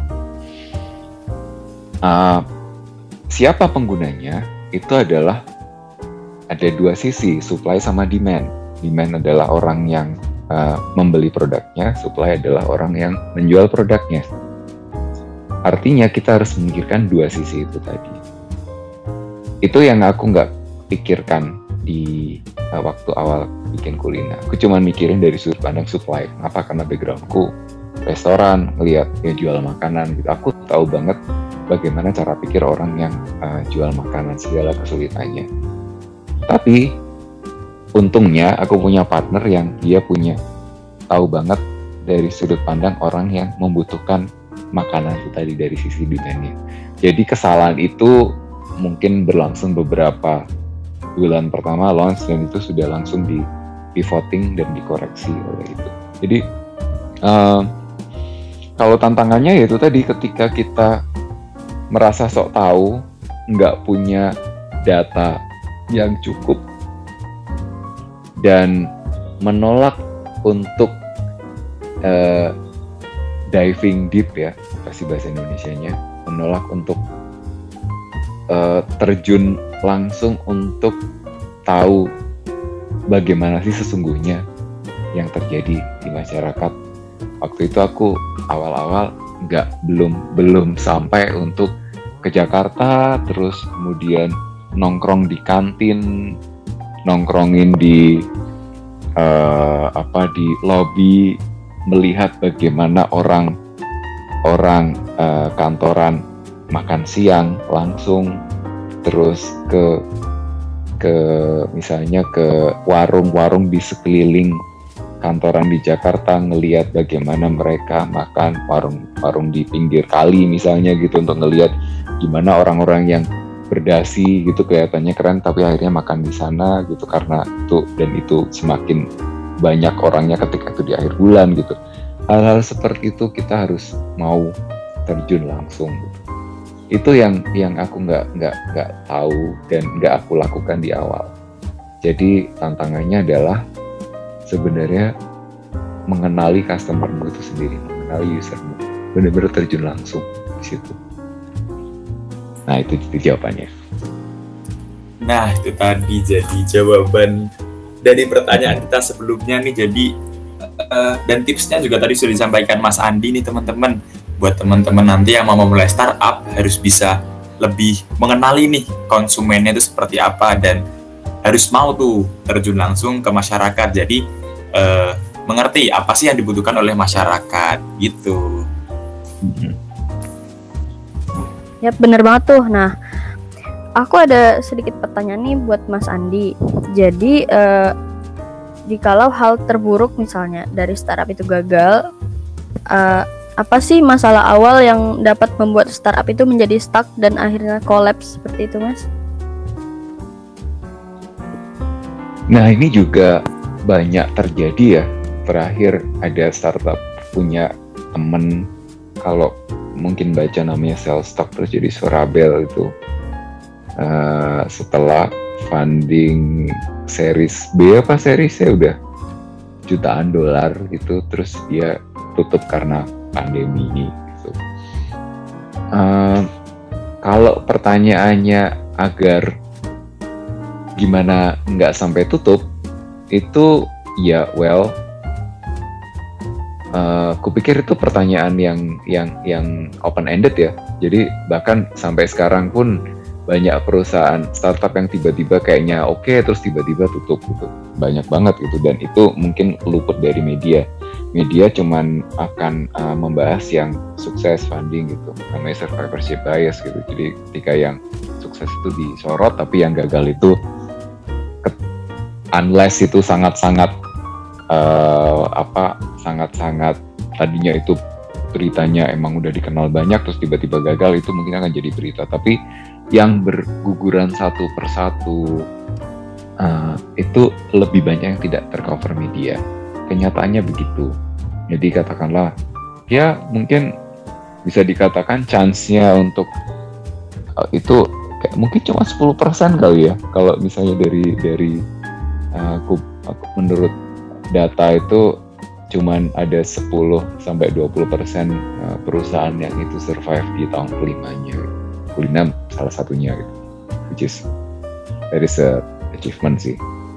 Uh, Siapa penggunanya? Itu adalah ada dua sisi, supply sama demand. Demand adalah orang yang uh, membeli produknya, supply adalah orang yang menjual produknya. Artinya kita harus memikirkan dua sisi itu tadi. Itu yang aku nggak pikirkan di uh, waktu awal bikin Kulina. Aku cuma mikirin dari sudut pandang supply. Kenapa? Karena backgroundku restoran, ngeliat ya jual makanan gitu. Aku tahu banget bagaimana cara pikir orang yang uh, jual makanan, segala kesulitannya. Tapi untungnya aku punya partner yang dia punya tahu banget dari sudut pandang orang yang membutuhkan makanan itu tadi dari sisi demand-nya. Jadi kesalahan itu mungkin berlangsung beberapa bulan pertama launch dan itu sudah langsung di pivoting dan dikoreksi oleh itu. Jadi uh, kalau tantangannya yaitu tadi ketika kita merasa sok tahu, nggak punya data yang cukup, dan menolak untuk uh, diving deep ya, pasti bahasa Indonesianya, menolak untuk uh, terjun langsung untuk tahu bagaimana sih sesungguhnya yang terjadi di masyarakat. Waktu itu aku awal-awal nggak belum belum sampai untuk ke Jakarta, terus kemudian nongkrong di kantin, nongkrongin di uh, apa di lobi, melihat bagaimana orang orang uh, kantoran makan siang langsung, terus ke ke misalnya ke warung-warung di sekeliling kantoran di Jakarta, ngelihat bagaimana mereka makan warung-warung di pinggir kali misalnya gitu, untuk ngelihat gimana orang-orang yang berdasi gitu kelihatannya keren tapi akhirnya makan di sana gitu karena itu, dan itu semakin banyak orangnya ketika itu di akhir bulan gitu. Hal-hal seperti itu kita harus mau terjun langsung gitu. Itu yang yang aku nggak nggak nggak tahu dan nggak aku lakukan di awal. Jadi tantangannya adalah sebenarnya mengenali customer-mu itu sendiri, mengenali user-mu, benar-benar terjun langsung di situ. Nah itu, itu jawabannya. Nah itu tadi jadi jawaban dari pertanyaan kita sebelumnya nih. Jadi uh, dan tipsnya juga tadi sudah disampaikan Mas Andi nih teman-teman. Buat teman-teman nanti yang mau memulai startup harus bisa lebih mengenali nih konsumennya itu seperti apa, dan harus mau tuh terjun langsung ke masyarakat. Jadi uh, mengerti apa sih yang dibutuhkan oleh masyarakat gitu. Ya bener banget tuh. Nah, aku ada sedikit pertanyaan nih buat Mas Andi. Jadi, eh, jikalau hal terburuk misalnya dari startup itu gagal, eh, apa sih masalah awal yang dapat membuat startup itu menjadi stuck dan akhirnya collapse seperti itu, Mas? Nah, ini juga banyak terjadi ya. Terakhir ada startup punya temen, kalau mungkin baca namanya Cellstock, terus jadi Sorabel itu. Uh, setelah funding series B apa series ya udah jutaan dolar gitu, terus dia tutup karena pandemi ini gitu. Uh, kalau pertanyaannya agar gimana nggak sampai tutup, itu ya well, uh, kupikir itu pertanyaan yang yang yang open ended ya. Jadi bahkan sampai sekarang pun banyak perusahaan startup yang tiba-tiba kayaknya oke okay, terus tiba-tiba tutup gitu, banyak banget gitu, dan itu mungkin luput dari media. Media cuman akan uh, membahas yang sukses funding gitu, namanya survivorship bias gitu. Jadi ketika yang sukses itu disorot, tapi yang gagal itu unless itu sangat-sangat uh, apa sangat-sangat tadinya itu beritanya emang udah dikenal banyak terus tiba-tiba gagal, itu mungkin akan jadi berita. Tapi yang berguguran satu persatu uh, itu lebih banyak yang tidak tercover media. Kenyataannya begitu. Jadi katakanlah ya mungkin bisa dikatakan chance-nya untuk uh, itu kayak mungkin cuma sepuluh persen kali ya. Kalau misalnya dari dari uh, aku, aku menurut data itu cuman ada sepuluh sampai dua puluh persen uh, perusahaan yang itu survive di tahun kelimanya. Kulina salah satunya gitu, which is that is a achievement sih.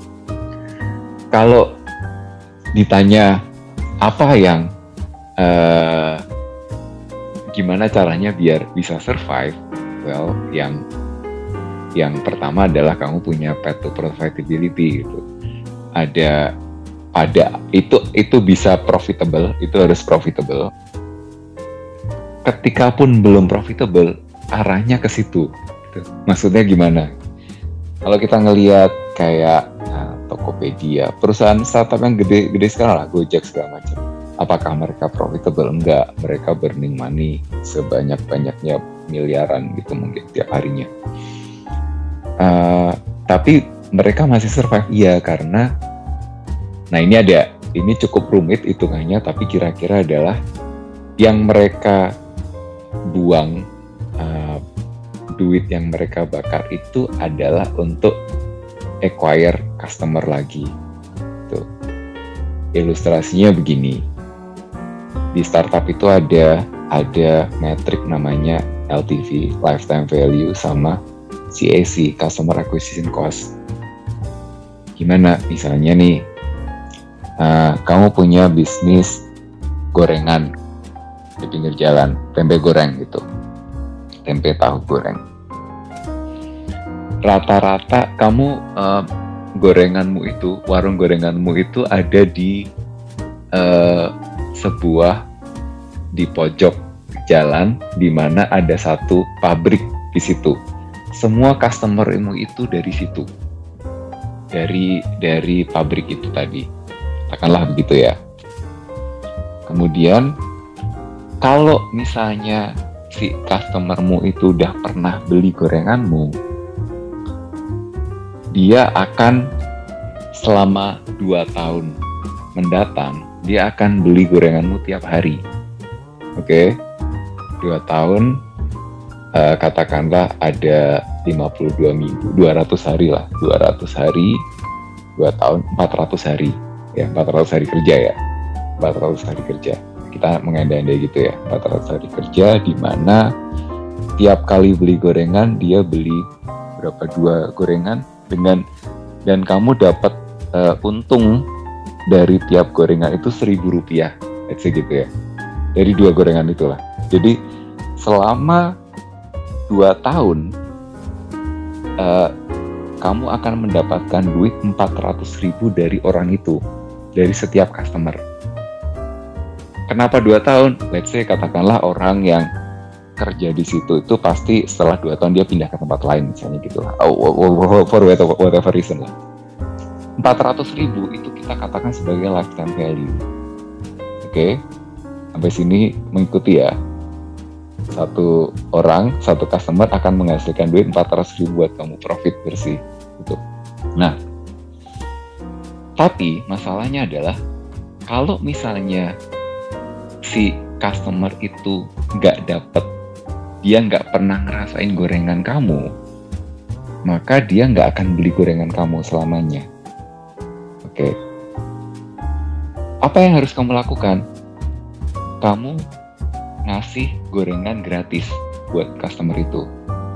Kalau ditanya apa yang uh, gimana caranya biar bisa survive, well, yang yang pertama adalah kamu punya path to profitability gitu. Ada ada itu itu bisa profitable, itu harus profitable. Ketika pun belum profitable, arahnya ke situ. Maksudnya gimana? Kalau kita ngelihat kayak nah, Tokopedia, perusahaan startup yang gede-gede sekarang lah, Gojek segala macam. Apakah mereka profitable? Enggak, mereka burning money sebanyak-banyaknya miliaran gitu mungkin tiap harinya. Uh, tapi mereka masih survive, iya karena, nah ini ada, ini cukup rumit hitungannya, tapi kira-kira adalah yang mereka buang, Uh, duit yang mereka bakar itu adalah untuk acquire customer lagi. Tuh. Ilustrasinya begini. Di startup itu ada ada metrik namanya L T V, lifetime value, sama C A C, customer acquisition cost. Gimana? Misalnya nih, uh, kamu punya bisnis gorengan di pinggir jalan, tempe goreng gitu. Tempe tahu goreng. Rata-rata kamu uh, gorenganmu itu, warung gorenganmu itu ada di uh, sebuah di pojok jalan di mana ada satu pabrik di situ. Semua customermu itu dari situ, dari dari pabrik itu tadi. Katakanlah begitu ya. Kemudian kalau misalnya si customermu itu udah pernah beli gorenganmu, dia akan selama dua tahun mendatang, dia akan beli gorenganmu tiap hari. Oke, okay? dua tahun, uh, katakanlah ada lima puluh dua minggu, dua ratus hari lah, dua ratus hari, dua tahun, empat ratus hari, ya empat ratus hari kerja ya, empat ratus hari kerja. Kita mengandai-andai gitu ya, empat ratus hari kerja di mana tiap kali beli gorengan dia beli berapa dua gorengan dengan, dan kamu dapat uh, untung dari tiap gorengan itu seribu rupiah, let's say gitu ya, dari dua gorengan itulah. Jadi selama dua tahun uh, kamu akan mendapatkan duit empat ratus ribu dari orang itu. dari setiap customer. Kenapa dua tahun? Let's say katakanlah orang yang kerja di situ itu pasti setelah dua tahun dia pindah ke tempat lain misalnya gitu lah. Oh, oh, oh, for whatever reason lah. empat ratus ribu itu kita katakan sebagai lifetime value. Oke, okay? Sampai sini mengikuti ya. Satu orang, satu customer akan menghasilkan duit empat ratus ribu buat kamu, profit bersih gitu. Nah, tapi masalahnya adalah kalau misalnya si customer itu nggak dapet, dia nggak pernah ngerasain gorengan kamu, maka dia nggak akan beli gorengan kamu selamanya. Oke, apa yang harus kamu lakukan? Kamu ngasih gorengan gratis buat customer itu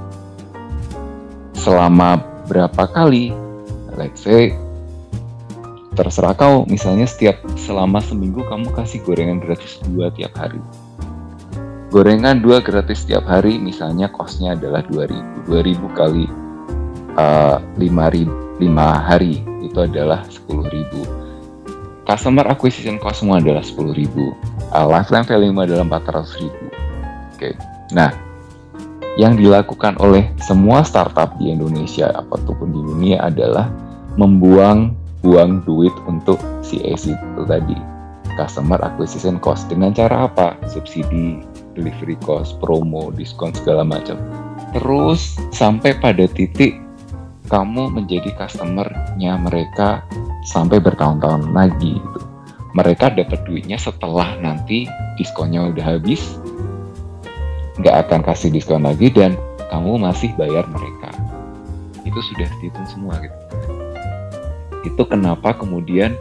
selama berapa kali? Let's say terserah kau, misalnya setiap selama seminggu kamu kasih gorengan gratis dua tiap hari. Gorengan dua gratis tiap hari misalnya costnya adalah dua ribu. dua ribu kali uh, lima ribu, lima hari itu adalah sepuluh ribu. Customer acquisition cost semua adalah sepuluh ribu. Uh, lifetime value adalah empat ratus ribu. Oke. Okay. Nah, yang dilakukan oleh semua startup di Indonesia ataupun di dunia adalah membuang buang duit untuk C A C itu tadi, customer acquisition cost. Dengan cara apa? Subsidi, delivery cost, promo, diskon segala macam. Terus sampai pada titik kamu menjadi customer-nya mereka sampai bertahun-tahun lagi gitu. Mereka dapat duitnya setelah nanti diskonnya udah habis, nggak akan kasih diskon lagi dan kamu masih bayar mereka. Itu sudah dihitung semua gitu. Itu kenapa kemudian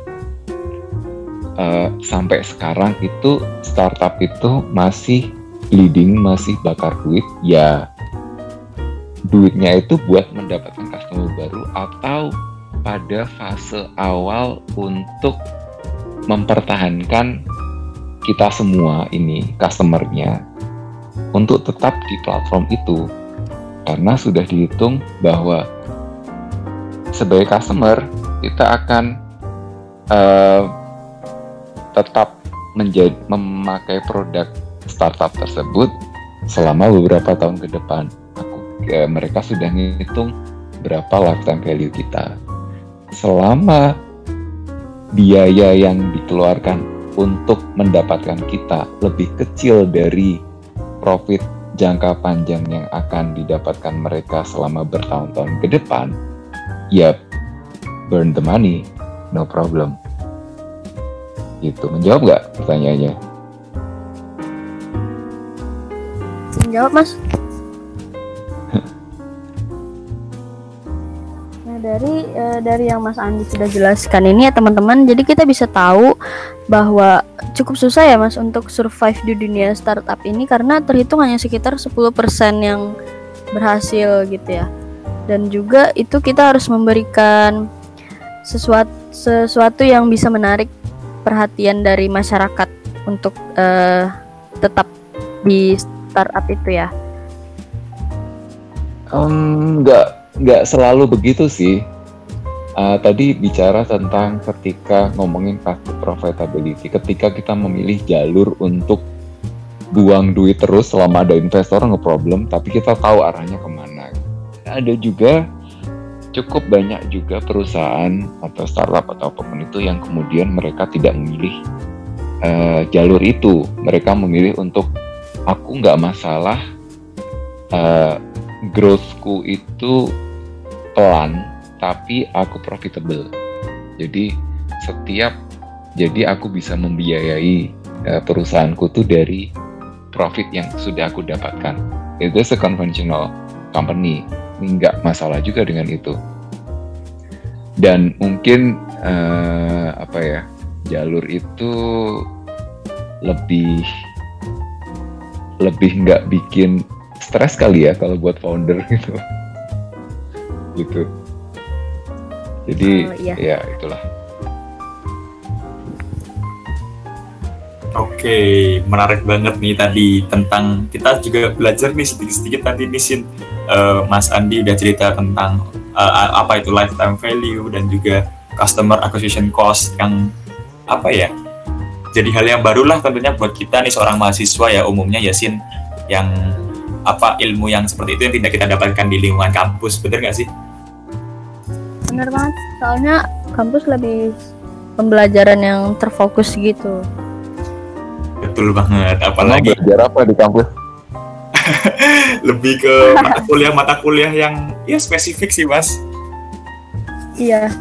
uh, sampai sekarang itu startup itu masih bleeding, masih bakar duit. Ya duitnya itu buat mendapatkan customer baru atau pada fase awal untuk mempertahankan kita semua ini customer-nya untuk tetap di platform itu, karena sudah dihitung bahwa sebagai customer kita akan uh, tetap menjadi memakai produk startup tersebut selama beberapa tahun ke depan. Aku, ya, mereka sudah ngitung berapa lifetime value kita. Selama biaya yang dikeluarkan untuk mendapatkan kita lebih kecil dari profit jangka panjang yang akan didapatkan mereka selama bertahun-tahun ke depan, ya burn the money, no problem. Gitu, menjawab nggak pertanyaannya? Menjawab, Mas. Nah, dari uh, dari yang Mas Andi sudah jelaskan ini ya teman-teman, jadi kita bisa tahu bahwa cukup susah ya Mas untuk survive di dunia startup ini karena terhitung hanya sekitar sepuluh persen yang berhasil gitu ya. Dan juga itu kita harus memberikan sesuatu sesuatu yang bisa menarik perhatian dari masyarakat untuk uh, tetap di startup itu ya. Um, nggak nggak selalu begitu sih. Uh, tadi bicara tentang ketika ngomongin path to profitability, ketika kita memilih jalur untuk buang duit terus selama ada investor nggak problem, tapi kita tahu arahnya kemana. Ada juga cukup banyak juga perusahaan atau startup atau apapun itu yang kemudian mereka tidak memilih uh, jalur itu. Mereka memilih untuk aku nggak masalah uh, growth-ku itu pelan, tapi aku profitable. Jadi setiap jadi aku bisa membiayai uh, perusahaanku tuh dari profit yang sudah aku dapatkan. Itu se-conventional company, nggak masalah juga dengan itu. Dan mungkin uh, apa ya, jalur itu lebih lebih nggak bikin stres kali ya kalau buat founder gitu. Gitu. Jadi oh, iya. Ya itulah. Oke, menarik banget nih tadi tentang kita juga belajar nih sedikit-sedikit tadi nih Sin. Uh, Mas Andi udah cerita tentang uh, apa itu lifetime value dan juga customer acquisition cost yang apa ya, jadi hal yang barulah tentunya buat kita nih seorang mahasiswa ya umumnya Yasin, yang apa ilmu yang seperti itu yang tidak kita dapatkan di lingkungan kampus, bener nggak sih? Bener banget, soalnya kampus lebih pembelajaran yang terfokus gitu. Betul banget, Emang apalagi belajar apa di kampus? lebih ke mata kuliah mata kuliah yang ya spesifik sih mas. Iya.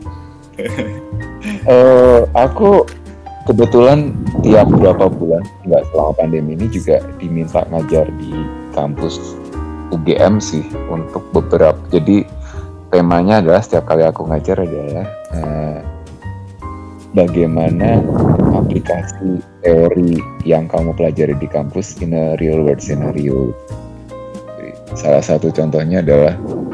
Eh, aku kebetulan tiap berapa bulan, nggak selama pandemi ini juga diminta ngajar di kampus U G M sih untuk beberapa. Jadi temanya adalah setiap kali aku ngajar adalah eh, bagaimana aplikasi teori yang kamu pelajari di kampus in a real world scenario. Jadi, salah satu contohnya adalah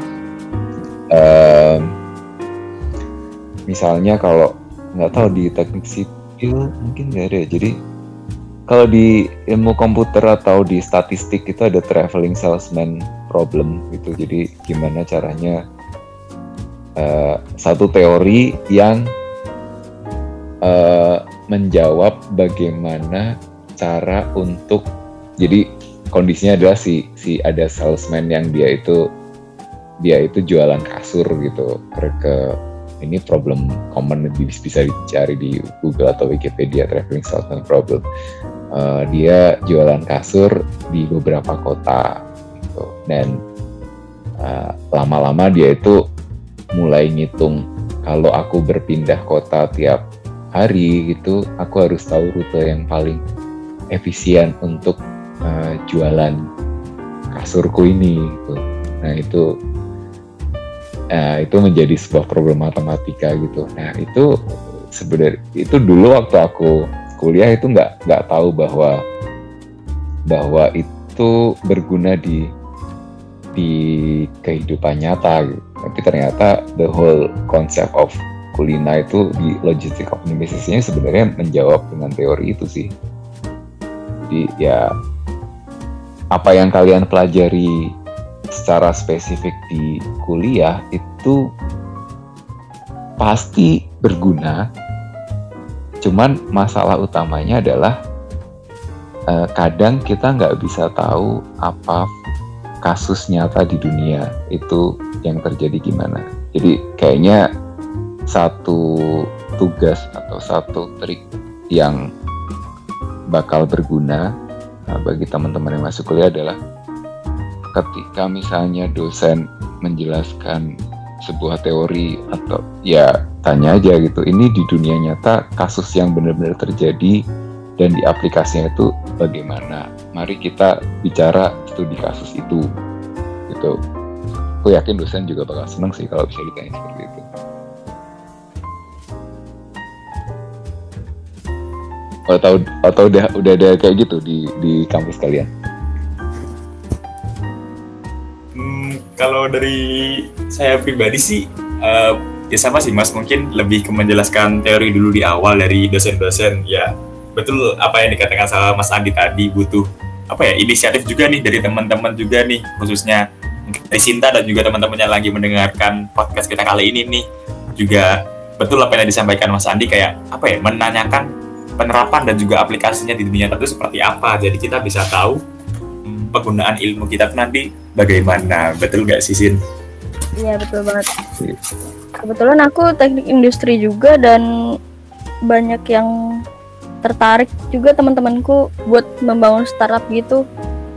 um, misalnya kalau nggak tahu di teknik sipil mungkin nggak ada. Jadi kalau di ilmu komputer atau di statistik itu ada traveling salesman problem gitu. Jadi gimana caranya uh, satu teori yang uh, menjawab bagaimana cara untuk, jadi kondisinya adalah si si ada salesman yang dia itu dia itu jualan kasur gitu ke, ke ini problem common bisa dicari di Google atau Wikipedia, traveling salesman problem. Uh, dia jualan kasur di beberapa kota gitu. Dan uh, lama-lama dia itu mulai ngitung, kalau aku berpindah kota tiap hari gitu, aku harus tahu rute yang paling efisien untuk uh, jualan kasurku ini gitu. Nah itu uh, itu menjadi sebuah problem matematika gitu. Nah itu sebenarnya itu dulu waktu aku kuliah itu nggak nggak tahu bahwa bahwa itu berguna di di kehidupan nyata gitu. Tapi ternyata the whole concept of Kulina itu di logistic optimization-nya sebenarnya menjawab dengan teori itu sih. Jadi ya apa yang kalian pelajari secara spesifik di kuliah itu pasti berguna. Cuman masalah utamanya adalah eh, kadang kita nggak bisa tahu apa kasus nyata di dunia itu yang terjadi gimana. Jadi kayaknya satu tugas atau satu trik yang bakal berguna nah, bagi teman-teman yang masuk kuliah adalah ketika misalnya dosen menjelaskan sebuah teori atau ya tanya aja gitu, ini di dunia nyata kasus yang benar-benar terjadi dan di aplikasinya itu bagaimana, mari kita bicara studi kasus itu gitu. Aku yakin dosen juga bakal senang sih kalau bisa ditanya seperti itu. Atau atau udah udah ada kayak gitu di di kampus kalian? Hmm, kalau dari saya pribadi sih uh, ya sama sih mas, mungkin lebih ke menjelaskan teori dulu di awal dari dosen-dosen. Ya betul apa yang dikatakan sama Mas Andi tadi, butuh apa ya inisiatif juga nih dari teman-teman juga nih, khususnya dari Sinta dan juga teman-teman yang lagi mendengarkan podcast kita kali ini nih. Juga betul apa yang disampaikan Mas Andi, kayak apa ya, menanyakan penerapan dan juga aplikasinya di dunia nyata itu seperti apa. Jadi kita bisa tahu hmm, penggunaan ilmu kita nanti bagaimana. Betul nggak sih Sin? Iya betul banget. Kebetulan aku teknik industri juga dan banyak yang tertarik juga teman-temanku buat membangun startup gitu.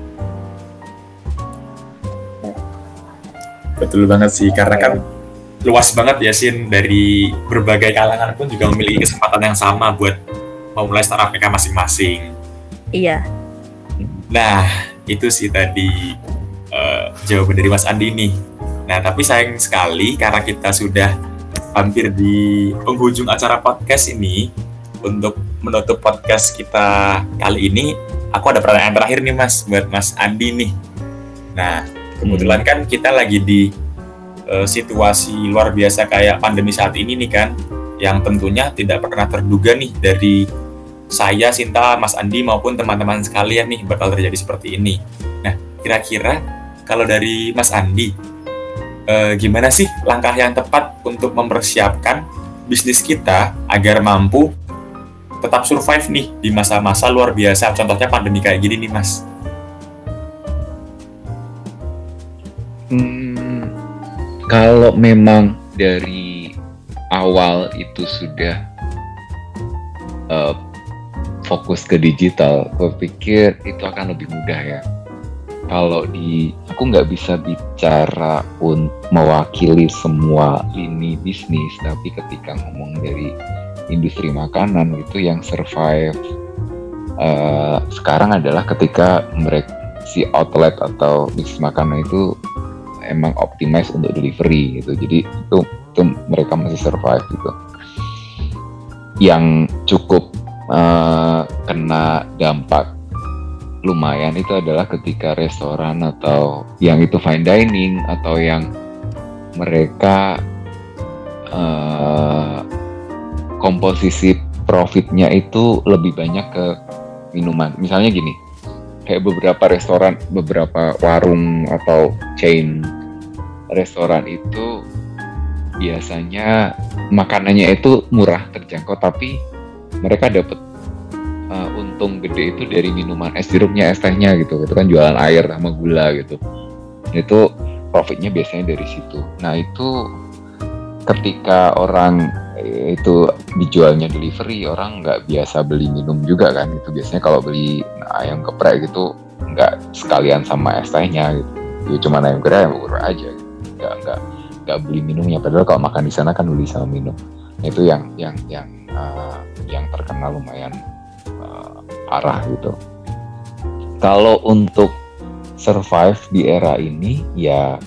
Betul banget sih, karena kan luas banget ya Sin, dari berbagai kalangan pun juga memiliki kesempatan yang sama buat memulai startup mereka masing-masing. Iya. Nah, itu sih tadi uh, jawaban dari Mas Andi nih. Nah, tapi sayang sekali karena kita sudah hampir di penghujung acara podcast ini. Untuk menutup podcast kita kali ini, aku ada pertanyaan terakhir nih Mas, buat Mas Andi nih. Nah, kebetulan kan kita lagi di uh, situasi luar biasa kayak pandemi saat ini nih kan, yang tentunya tidak pernah terduga nih dari saya, Sinta, Mas Andi maupun teman-teman sekalian nih bakal terjadi seperti ini. Nah, kira-kira kalau dari Mas Andi, eh, gimana sih langkah yang tepat untuk mempersiapkan bisnis kita agar mampu tetap survive nih di masa-masa luar biasa, contohnya pandemi kayak gini nih Mas? Hmm, kalau memang dari awal itu sudah uh, fokus ke digital, gue pikir itu akan lebih mudah ya. Kalau di, aku nggak bisa bicara untuk mewakili semua lini bisnis, tapi ketika ngomong dari industri makanan gitu yang survive uh, sekarang adalah ketika mereka si outlet atau bisnis makanan itu emang optimize untuk delivery gitu, jadi itu itu mereka masih survive gitu. Yang cukup uh, kena dampak lumayan itu adalah ketika restoran atau yang itu fine dining atau yang mereka uh, komposisi profitnya itu lebih banyak ke minuman. Misalnya gini, kayak beberapa restoran, beberapa warung atau chain restoran itu biasanya makanannya itu murah, terjangkau, tapi mereka dapat uh, untung gede itu dari minuman es sirupnya, es tehnya gitu. Itu kan jualan air sama gula gitu. Itu profitnya biasanya dari situ. Nah itu ketika orang itu dijualnya delivery, orang nggak biasa beli minum juga kan. Itu biasanya kalau beli ayam geprek gitu nggak sekalian sama es tehnya gitu. Ya cuma ayam geprek, ayam geprek aja gitu. Nggak nggak nggak beli minumnya. Padahal kalau makan di sana kan beli sama minum. Nah, itu yang yang yang uh, yang terkenal lumayan uh, parah gitu. Kalau untuk survive di era ini ya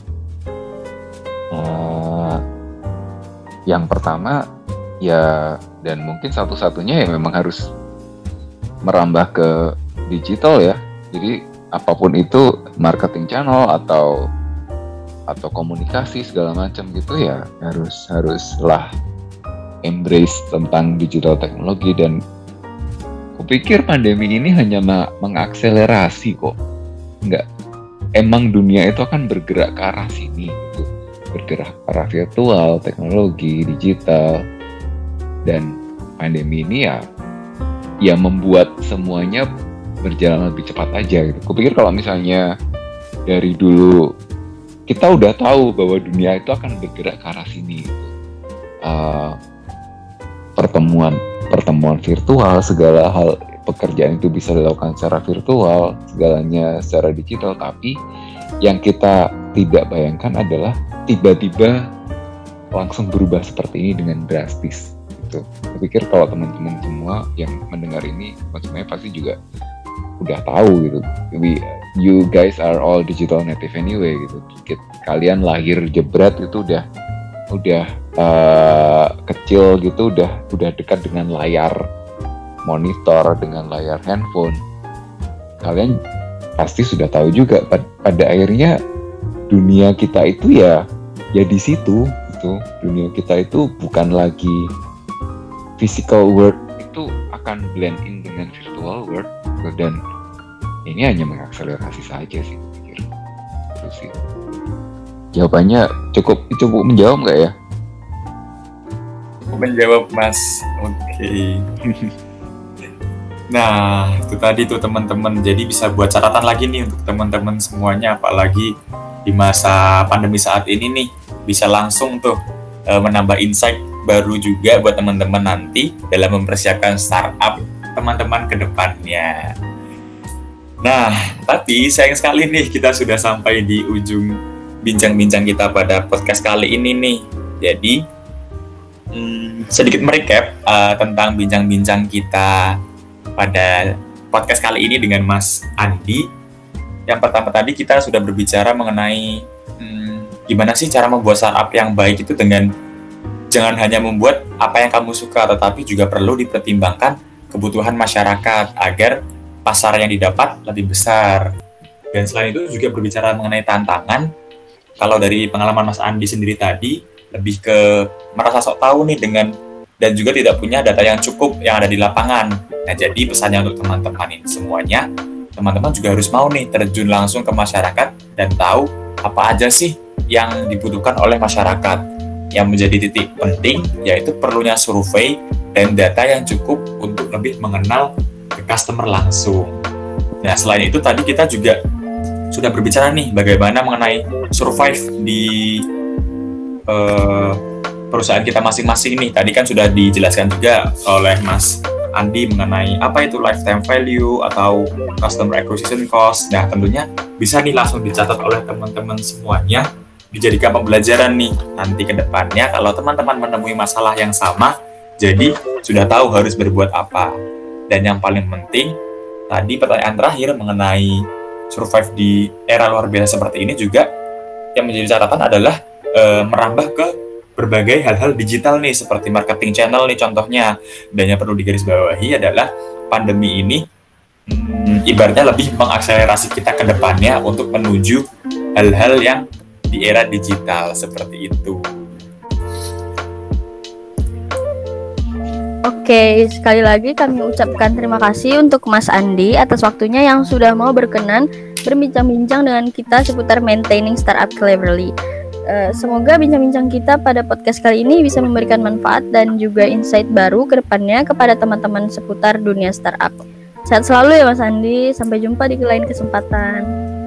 uh, yang pertama ya, dan mungkin satu-satunya ya memang harus merambah ke digital ya. Jadi apapun itu, marketing channel atau atau komunikasi segala macam gitu ya harus haruslah embrace tentang digital teknologi. Dan kupikir pandemi ini hanya mengakselerasi kok. Enggak, emang dunia itu akan bergerak ke arah sini gitu. Bergerak ke arah virtual, teknologi, digital. Dan pandemi ini ya ya membuat semuanya berjalan lebih cepat aja gitu. Kupikir kalau misalnya dari dulu kita udah tahu bahwa dunia itu akan bergerak ke arah sini gitu. Uh, pertemuan pertemuan virtual, segala hal pekerjaan itu bisa dilakukan secara virtual, segalanya secara digital, tapi yang kita tidak bayangkan adalah tiba-tiba langsung berubah seperti ini dengan drastis. Saya pikir kalau teman-teman semua yang mendengar ini, maksudnya pasti juga udah tahu gitu. We, you guys are all digital native anyway gitu. Kalian lahir jebret itu udah udah uh, kecil gitu, udah udah dekat dengan layar monitor, dengan layar handphone. Kalian pasti sudah tahu juga pada, pada akhirnya dunia kita itu ya ya di situ gitu. Dunia kita itu bukan lagi physical world, itu akan blend in dengan virtual world, dan ini hanya mengakselerasi saja sih, pikir. Terus sih. Jawabannya cukup cukup menjawab nggak ya? Cukup menjawab Mas. Oke. Okay. Nah itu tadi tuh teman-teman. Jadi bisa buat catatan lagi nih untuk teman-teman semuanya, apalagi di masa pandemi saat ini nih, bisa langsung tuh e, menambah insight baru juga buat teman-teman nanti dalam mempersiapkan startup teman-teman ke depannya. Nah, tapi sayang sekali nih kita sudah sampai di ujung bincang-bincang kita pada podcast kali ini nih. Jadi, hmm, sedikit merecap uh, tentang bincang-bincang kita pada podcast kali ini dengan Mas Andi. Yang pertama tadi kita sudah berbicara mengenai hmm, gimana sih cara membuat startup yang baik itu, dengan jangan hanya membuat apa yang kamu suka, tetapi juga perlu dipertimbangkan kebutuhan masyarakat agar pasar yang didapat lebih besar. Dan selain itu juga berbicara mengenai tantangan. Kalau dari pengalaman Mas Andi sendiri tadi, lebih ke merasa sok tahu nih dengan, dan juga tidak punya data yang cukup yang ada di lapangan. Nah jadi pesannya untuk teman-teman ini semuanya, teman-teman juga harus mau nih terjun langsung ke masyarakat dan tahu apa aja sih yang dibutuhkan oleh masyarakat. yang menjadi titik penting yaitu perlunya survei dan data yang cukup untuk lebih mengenal ke customer langsung. Nah, selain itu tadi kita juga sudah berbicara nih bagaimana mengenai survive di uh, perusahaan kita masing-masing nih. Tadi kan sudah dijelaskan juga oleh Mas Andi mengenai apa itu lifetime value atau customer acquisition cost. Nah, tentunya bisa nih langsung dicatat oleh teman-teman semuanya, dijadikan pembelajaran nih nanti ke depannya kalau teman-teman menemui masalah yang sama, jadi sudah tahu harus berbuat apa. Dan yang paling penting, tadi pertanyaan terakhir mengenai survive di era luar biasa seperti ini juga yang menjadi catatan adalah e, merambah ke berbagai hal-hal digital nih, seperti marketing channel nih contohnya. Dan yang perlu digarisbawahi adalah pandemi ini hmm, ibaratnya lebih mengakselerasi kita ke depannya untuk menuju hal-hal yang di era digital seperti itu. Oke, sekali lagi kami ucapkan terima kasih untuk Mas Andi atas waktunya yang sudah mau berkenan berbincang-bincang dengan kita seputar maintaining startup cleverly. Uh, semoga bincang-bincang kita pada podcast kali ini bisa memberikan manfaat dan juga insight baru ke depannya kepada teman-teman seputar dunia startup. Sehat selalu ya Mas Andi, sampai jumpa di lain kesempatan.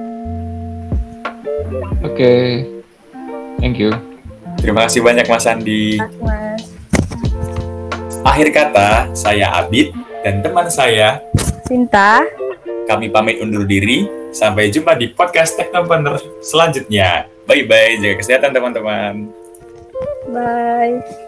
Oke, okay. Thank you. Terima kasih banyak Mas Andi. Terima kasih, Mas. Akhir kata, saya Abid dan teman saya Sinta. Kami pamit undur diri. Sampai jumpa di podcast Technopreneur selanjutnya. Bye-bye, jaga kesehatan teman-teman. Bye.